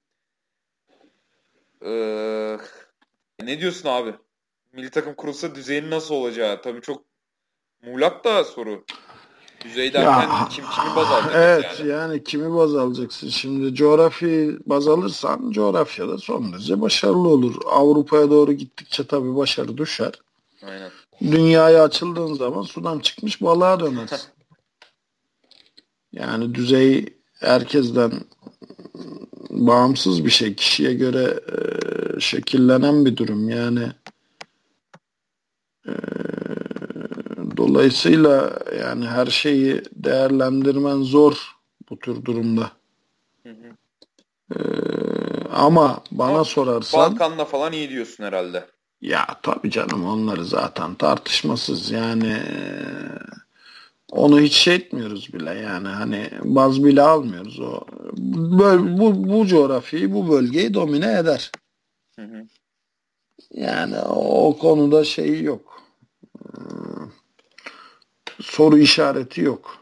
Ne diyorsun abi? Milli takım kurulsa düzeyin nasıl olacağı? Tabii çok muğlak da soru. Düzey derken kimi baz alacaksın evet, yani kimi baz alacaksın? Şimdi coğrafi baz alırsan coğrafyada son derece başarılı olur. Avrupa'ya doğru gittikçe tabii başarı düşer. Aynen. Dünyaya açıldığın zaman sudan çıkmış balığa dönersin. Yani düzey herkesten bağımsız bir şey. Kişiye göre şekillenen bir durum. Yani dolayısıyla yani her şeyi değerlendirmen zor bu tür durumda. Ama bana sorarsan Balkan'da falan iyi diyorsun herhalde. Ya tabii canım, onları zaten tartışmasız yani onu hiç şey etmiyoruz bile, yani hani baz bile almıyoruz. O bu coğrafyayı, bu bölgeyi domine eder. Yani o konuda şey yok. Soru işareti yok.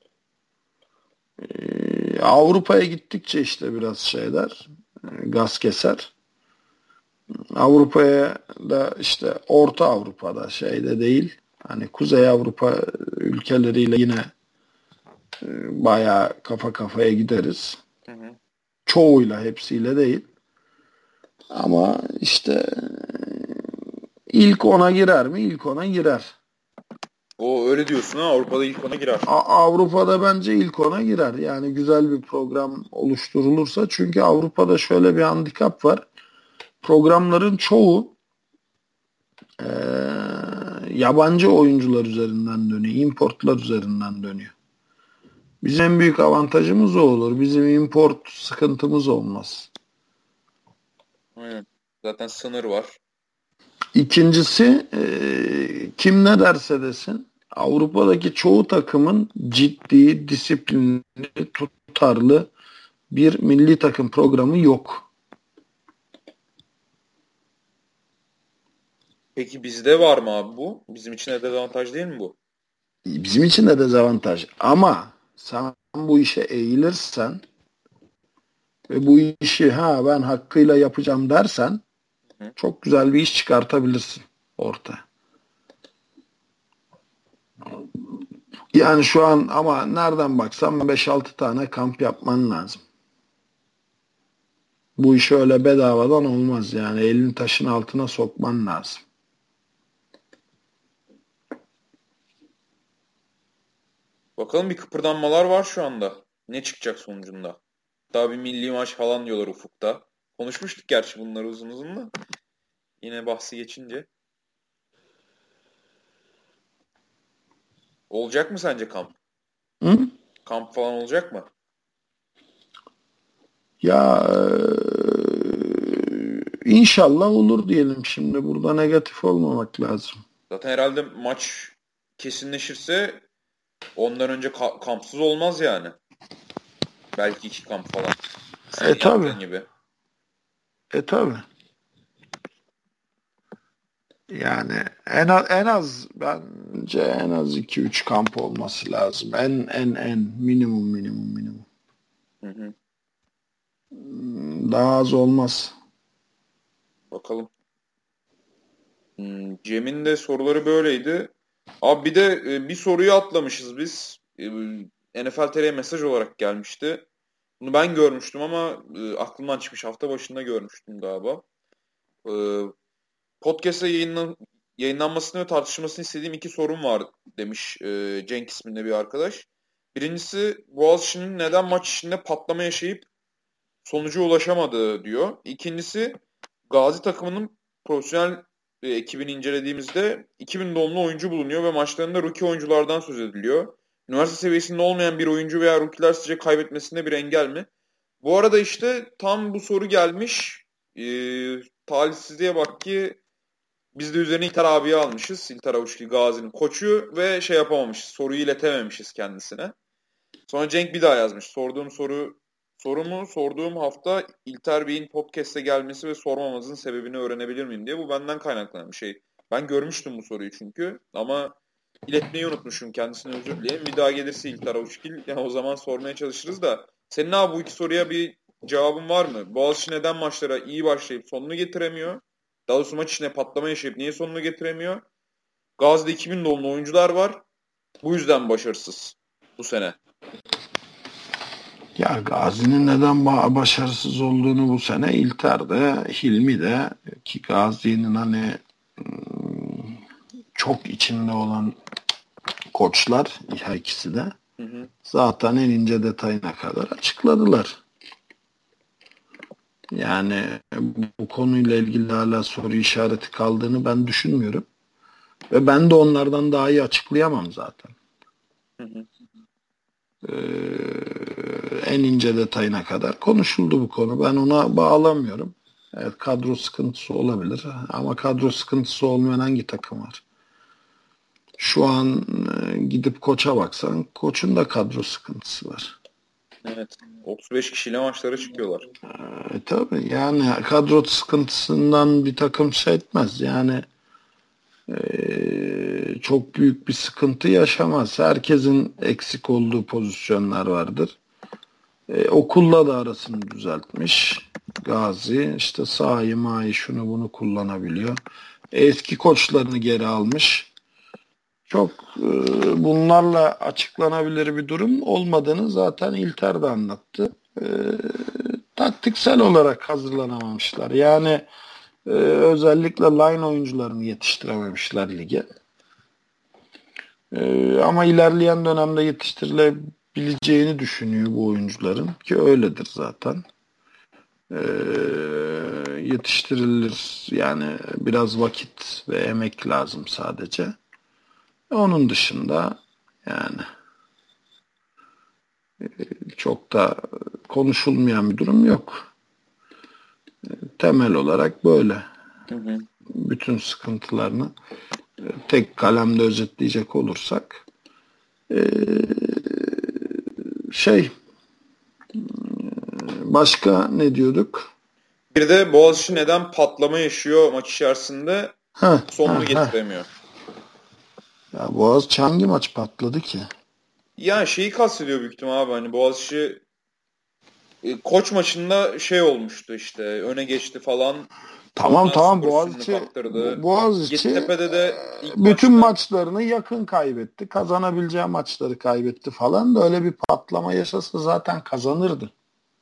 Avrupa'ya gittikçe işte biraz şeyler gaz keser. Avrupa'ya da işte Orta Avrupa'da şeyde değil. Hani Kuzey Avrupa ülkeleriyle yine bayağı kafa kafaya gideriz. Çoğuyla, hepsiyle değil. Ama işte ilk ona girer mi? İlk ona girer. O öyle diyorsun ha, Avrupa'da ilk ona girer. Avrupa'da bence ilk ona girer. Yani güzel bir program oluşturulursa. Çünkü Avrupa'da şöyle bir handikap var. Programların çoğu yabancı oyuncular üzerinden dönüyor. Importlar üzerinden dönüyor. Bizim en büyük avantajımız o olur. Bizim import sıkıntımız olmaz. Aynen. Zaten sınır var. İkincisi kim ne derse desin Avrupa'daki çoğu takımın ciddi, disiplinli, tutarlı bir milli takım programı yok. Peki bizde var mı abi bu? Bizim için de dezavantaj değil mi bu? Bizim için de dezavantaj. Ama sen bu işe eğilirsen ve bu işi ben hakkıyla yapacağım dersen çok güzel bir iş çıkartabilirsin ortaya. Yani şu an ama nereden baksan 5-6 tane kamp yapman lazım. Bu iş öyle bedavadan olmaz yani. Elini taşın altına sokman lazım. Bakalım, bir kıpırdanmalar var şu anda. Ne çıkacak sonucunda? Daha bir milli maç falan diyorlar ufukta. Konuşmuştuk gerçi bunları uzun uzun da. Yine bahsi geçince. Olacak mı sence kamp? Hı? Kamp falan olacak mı? Ya inşallah olur diyelim şimdi. Burada negatif olmamak lazım. Zaten herhalde maç kesinleşirse ondan önce kampsız olmaz yani. Belki 2 kamp falan. Senin Tabii. gibi. Tabii. Yani en az bence en az 2-3 kamp olması lazım. En minimum. Hı. Daha az olmaz. Bakalım. Cem'in de soruları böyleydi. Abi bir de bir soruyu atlamışız biz. NFL TR'ye mesaj olarak gelmişti. Bunu ben görmüştüm ama aklımdan çıkmış. Hafta başında görmüştüm galiba. E, Podcast'ta yayınlanmasını ve tartışılmasını istediğim 2 sorum var demiş Cenk isminde bir arkadaş. Birincisi Boğaziçi'nin neden maç içinde patlama yaşayıp sonuca ulaşamadığı diyor. İkincisi Gazi takımının profesyonel ekibini incelediğimizde 2000 doğumlu oyuncu bulunuyor ve maçlarında rookie oyunculardan söz ediliyor. Üniversite seviyesinde olmayan bir oyuncu veya rookie'ler sizce kaybetmesinde bir engel mi? Bu arada işte tam bu soru gelmiş. Talihsizliğe bak ki biz de üzerine İlter abiyi almışız. İlter Avuçgil Gazi'nin koçu ve şey yapamamışız. Soruyu iletememişiz kendisine. Sonra Cenk bir daha yazmış. Sorumu sorduğum hafta İlter Bey'in podcast'e gelmesi ve sormamızın sebebini öğrenebilir miyim diye. Bu benden kaynaklanan bir şey. Ben görmüştüm bu soruyu çünkü ama iletmeyi unutmuşum. Kendisine özür dileyim. Bir daha gelirse İlter Avuçgil yani o zaman sormaya çalışırız da. Senin abi bu 2 soruya bir cevabın var mı? Boğaziçi neden maçlara iyi başlayıp sonunu getiremiyor? Daha doğrusu maç içine patlama yaşayıp niye sonunu getiremiyor? Gazi'de 2000 doğumlu oyuncular var. Bu yüzden başarısız bu sene. Ya Gazi'nin neden başarısız olduğunu bu sene İlter de Hilmi de ki Gazi'nin hani çok içinde olan koçlar her ikisi de zaten en ince detayına kadar açıkladılar. Yani bu konuyla ilgili hala soru işareti kaldığını ben düşünmüyorum. Ve ben de onlardan daha iyi açıklayamam zaten. En ince detayına kadar konuşuldu bu konu. Ben ona bağlamıyorum. Evet, kadro sıkıntısı olabilir ama kadro sıkıntısı olmayan hangi takım var? Şu an gidip koça baksan koçun da kadro sıkıntısı var. Evet. 35 kişiyle maçlara çıkıyorlar. Tabii yani kadro sıkıntısından bir takım şey etmez. Yani çok büyük bir sıkıntı yaşamaz. Herkesin eksik olduğu pozisyonlar vardır. Okulla da arasını düzeltmiş. Gazi işte sahi mahi şunu bunu kullanabiliyor. Eski koçlarını geri almış. Çok bunlarla açıklanabilir bir durum olmadığını zaten İlter de anlattı. Taktiksel olarak hazırlanamamışlar. Yani özellikle line oyuncularını yetiştirememişler lige. Ama ilerleyen dönemde yetiştirilebileceğini düşünüyor bu oyuncuların ki öyledir zaten. Yetiştirilir yani biraz vakit ve emek lazım sadece. Onun dışında yani çok da konuşulmayan bir durum yok. Temel olarak böyle. Bütün sıkıntılarını tek kalemde özetleyecek olursak başka ne diyorduk? Bir de Boğaziçi neden patlama yaşıyor maç içerisinde sonunu getiremiyor. Ya Boğaziçi hangi maç patladı ki? Yani şeyi kastediyor büyük ihtimal abi hani Boğaziçi Koç maçında şey olmuştu işte öne geçti falan. Tamam Boğaziçi Yeditepe'de de bütün maçlarını yakın kaybetti. Kazanabileceği maçları kaybetti falan da öyle bir patlama yaşasa zaten kazanırdı.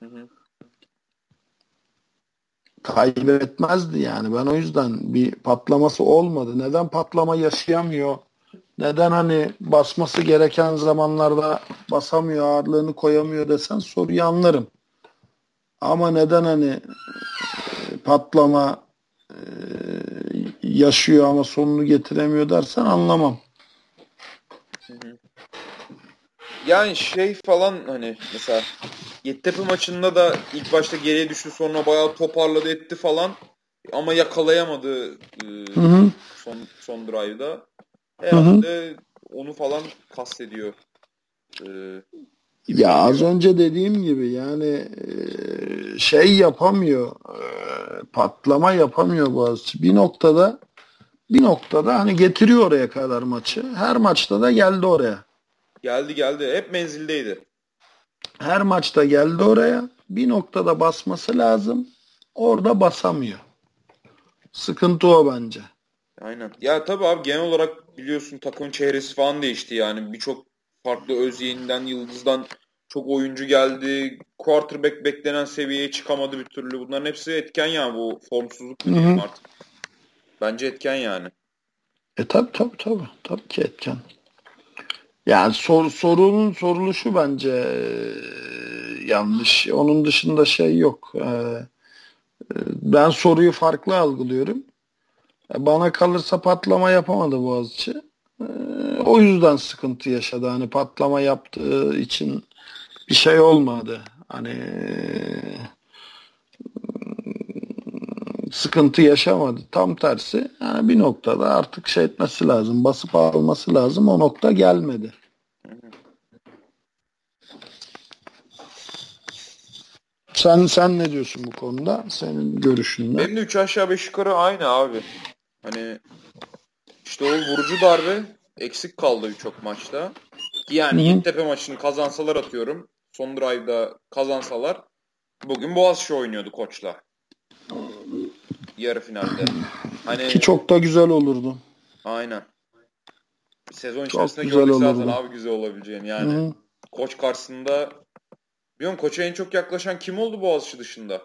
Kaybetmezdi yani. Ben o yüzden bir patlaması olmadı. Neden patlama yaşayamıyor? Neden hani basması gereken zamanlarda basamıyor, ağırlığını koyamıyor desen soruyu anlarım. Ama neden hani patlama yaşıyor ama sonunu getiremiyor dersen anlamam. Yani şey falan hani mesela Yeditepe maçında da ilk başta geriye düştü sonra bayağı toparladı etti falan ama yakalayamadı son drive'da. Herhalde onu falan kastediyor. Ya az önce dediğim gibi yani şey yapamıyor, patlama yapamıyor Boğaziçi. Bir noktada hani getiriyor oraya kadar maçı. Her maçta da geldi oraya. Geldi. Hep menzildeydi. Her maçta geldi oraya. Bir noktada basması lazım. Orada basamıyor. Sıkıntı o bence. Aynen. Ya tabii abi genel olarak biliyorsun takımın çehresi falan değişti yani. Birçok farklı Özyeğin'den, Yıldız'dan çok oyuncu geldi. Quarterback beklenen seviyeye çıkamadı bir türlü. Bunların hepsi etken yani, bu formsuzluk mu diyelim artık. Bence etken yani. Tabii ki etken. Yani sorunun soruluşu bence yanlış. Onun dışında şey yok. Ben soruyu farklı algılıyorum. Bana kalırsa patlama yapamadı Boğaziçi. O yüzden sıkıntı yaşadı. Hani patlama yaptığı için bir şey olmadı. Hani sıkıntı yaşamadı. Tam tersi. Yani bir noktada artık şey etmesi lazım. Basıp alması lazım. O nokta gelmedi. Sen ne diyorsun bu konuda? Senin görüşün ne? Benim de 3 aşağı 5 yukarı aynı abi. Hani işte o vurucu darbe eksik kaldı birçok maçta. Yani Yeditepe maçını kazansalar, atıyorum, son drive'da kazansalar, bugün Boğaziçi oynuyordu koçla. Yarı finalde. Hani Ki çok da güzel olurdu. aynen. Sezon Çok içerisinde güzel gördük olurdu. zaten abi güzel olabileceğini yani. Hı-hı. Koç karşısında, biliyorum, koça en çok yaklaşan kim oldu Boğaziçi dışında?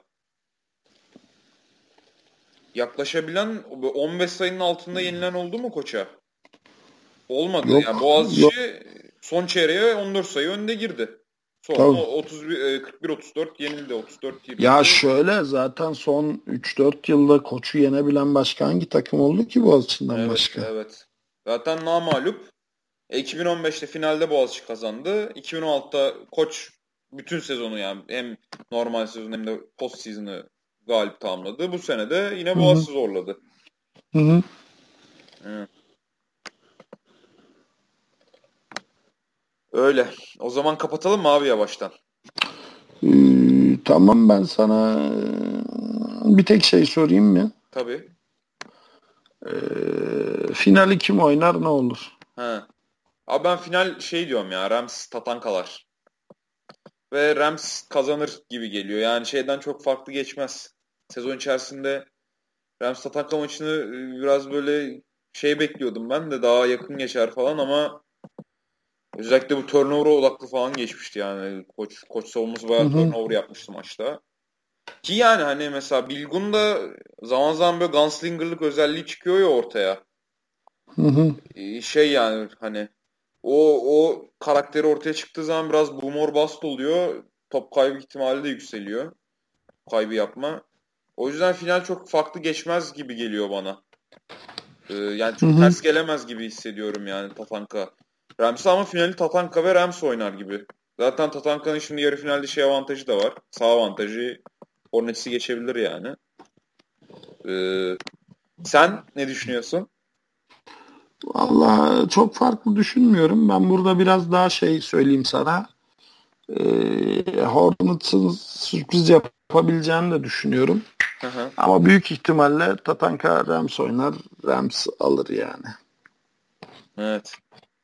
Yaklaşabilen, 15 sayının altında yenilen oldu mu koça? Olmadı. Yok, yani Boğaziçi yok. son çeyreğe 14 sayı önde girdi. Sonra 41-34 yenildi. 34-20. Ya şöyle, zaten son 3-4 yılda koçu yenebilen başka hangi takım oldu ki Boğaziçi'nden başka? Evet. Zaten namağlup. 2015'te finalde Boğaziçi kazandı. 2016'da koç bütün sezonu, yani hem normal sezon hem de post season'ı galip tamamladı. Bu sene de yine Boğaziçi zorladı. Hı. Öyle. O zaman kapatalım mı abi yavaştan? Tamam, ben sana bir tek şey sorayım mı? Tabii. Finali kim oynar, ne olur? Abi ben final şey diyorum ya, Rams Tatankalar. Ve Rams kazanır gibi geliyor. Yani şeyden çok farklı geçmez. Sezon içerisinde Rams Tatanka maçını biraz böyle şey bekliyordum ben de, daha yakın geçer falan, ama özellikle bu turnover'a odaklı falan geçmişti yani. Koç savunması bayağı turnover yapmıştı maçta. Ki yani hani mesela Bilgun da zaman zaman böyle gunslinger'lık özelliği çıkıyor ya ortaya. Şey yani hani o karakteri ortaya çıktığı zaman biraz boom or bust oluyor. Top kaybı ihtimali de yükseliyor. Kaybı yapma. O yüzden final çok farklı geçmez gibi geliyor bana. Yani çok ters gelemez gibi hissediyorum yani Tatanka. Rams'ı, ama finali Tatanka ve Rams oynar gibi. Zaten Tatanka'nın şimdi yarı finalde şey avantajı da var. Sağ avantajı, Hornets'i geçebilir yani. Sen ne düşünüyorsun? Vallahi çok farklı düşünmüyorum. Ben burada biraz daha şey söyleyeyim sana. Hornets'ın sürpriz yapabileceğini de düşünüyorum. Ama büyük ihtimalle Tatanka Rams oynar. Rams alır yani. Evet.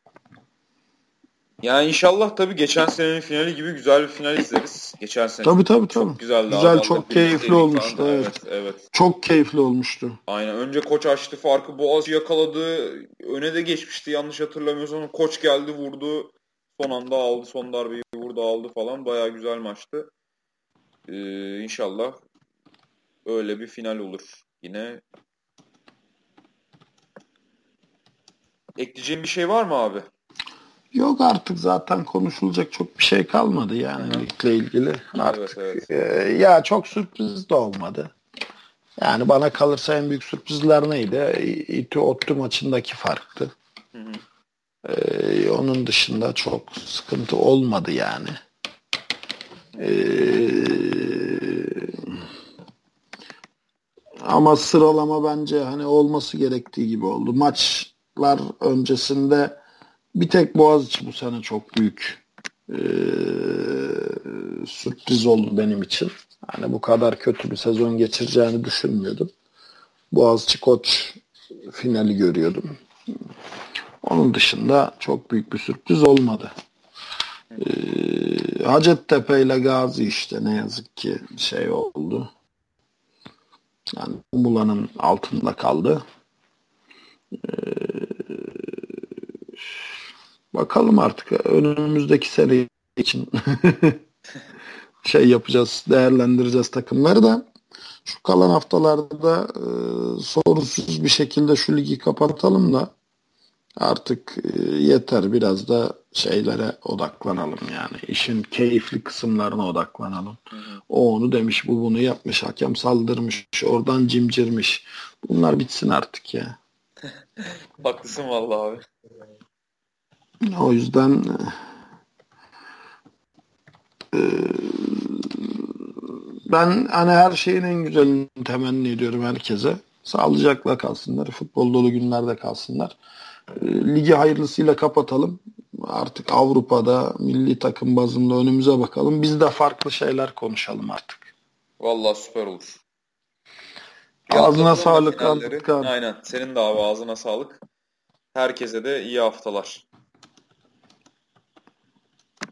Yani inşallah tabii geçen senenin finali gibi güzel bir final izleriz. Geçen sene çok güzeldi. Güzel, çok keyifli olmuştu. Evet. Çok keyifli olmuştu. Aynen. Önce koç açtı farkı. Boğaziçi yakaladı. Öne de geçmişti yanlış hatırlamıyorsam. Koç geldi, vurdu. Son anda aldı. Son darbeyi vurdu, aldı falan. Bayağı güzel maçtı. İnşallah öyle bir final olur yine. Ekleyeceğim bir şey var mı abi? Yok, artık zaten konuşulacak çok bir şey kalmadı yani ligle ilgili. Artık Evet. ya çok sürpriz de olmadı. Yani bana kalırsa en büyük sürprizler neydi? İTÜ ODTÜ maçındaki farktı. Onun dışında çok sıkıntı olmadı yani. Ama sıralama bence hani olması gerektiği gibi oldu. Maçlar öncesinde bir tek Boğaziçi bu sene çok büyük sürpriz oldu benim için. Hani bu kadar kötü bir sezon geçireceğini düşünmüyordum. Boğaziçi Koç finali görüyordum. Onun dışında çok büyük bir sürpriz olmadı. Hacettepe ile Gazi işte ne yazık ki şey oldu. Yani Muğla'nın altında kaldı. Bakalım artık önümüzdeki sene için yapacağız, değerlendireceğiz takımları da. Şu kalan haftalarda sorunsuz bir şekilde şu ligi kapatalım da artık yeter, biraz da şeylere odaklanalım yani. İşin keyifli kısımlarına odaklanalım. O onu demiş, bu bunu yapmış, hakem saldırmış, oradan cimcirmiş. Bunlar bitsin artık ya. Haklısın vallahi abi. O yüzden ben hani her şeyin en güzelini temenni ediyorum herkese. Sağlıcakla kalsınlar, futbol dolu günlerde kalsınlar. Ligi hayırlısıyla kapatalım. Artık Avrupa'da milli takım bazında önümüze bakalım. Biz de farklı şeyler konuşalım artık. Vallahi süper olur. Ağzına sağlık. Aynen. Senin de abi ağzına sağlık. Herkese de iyi haftalar.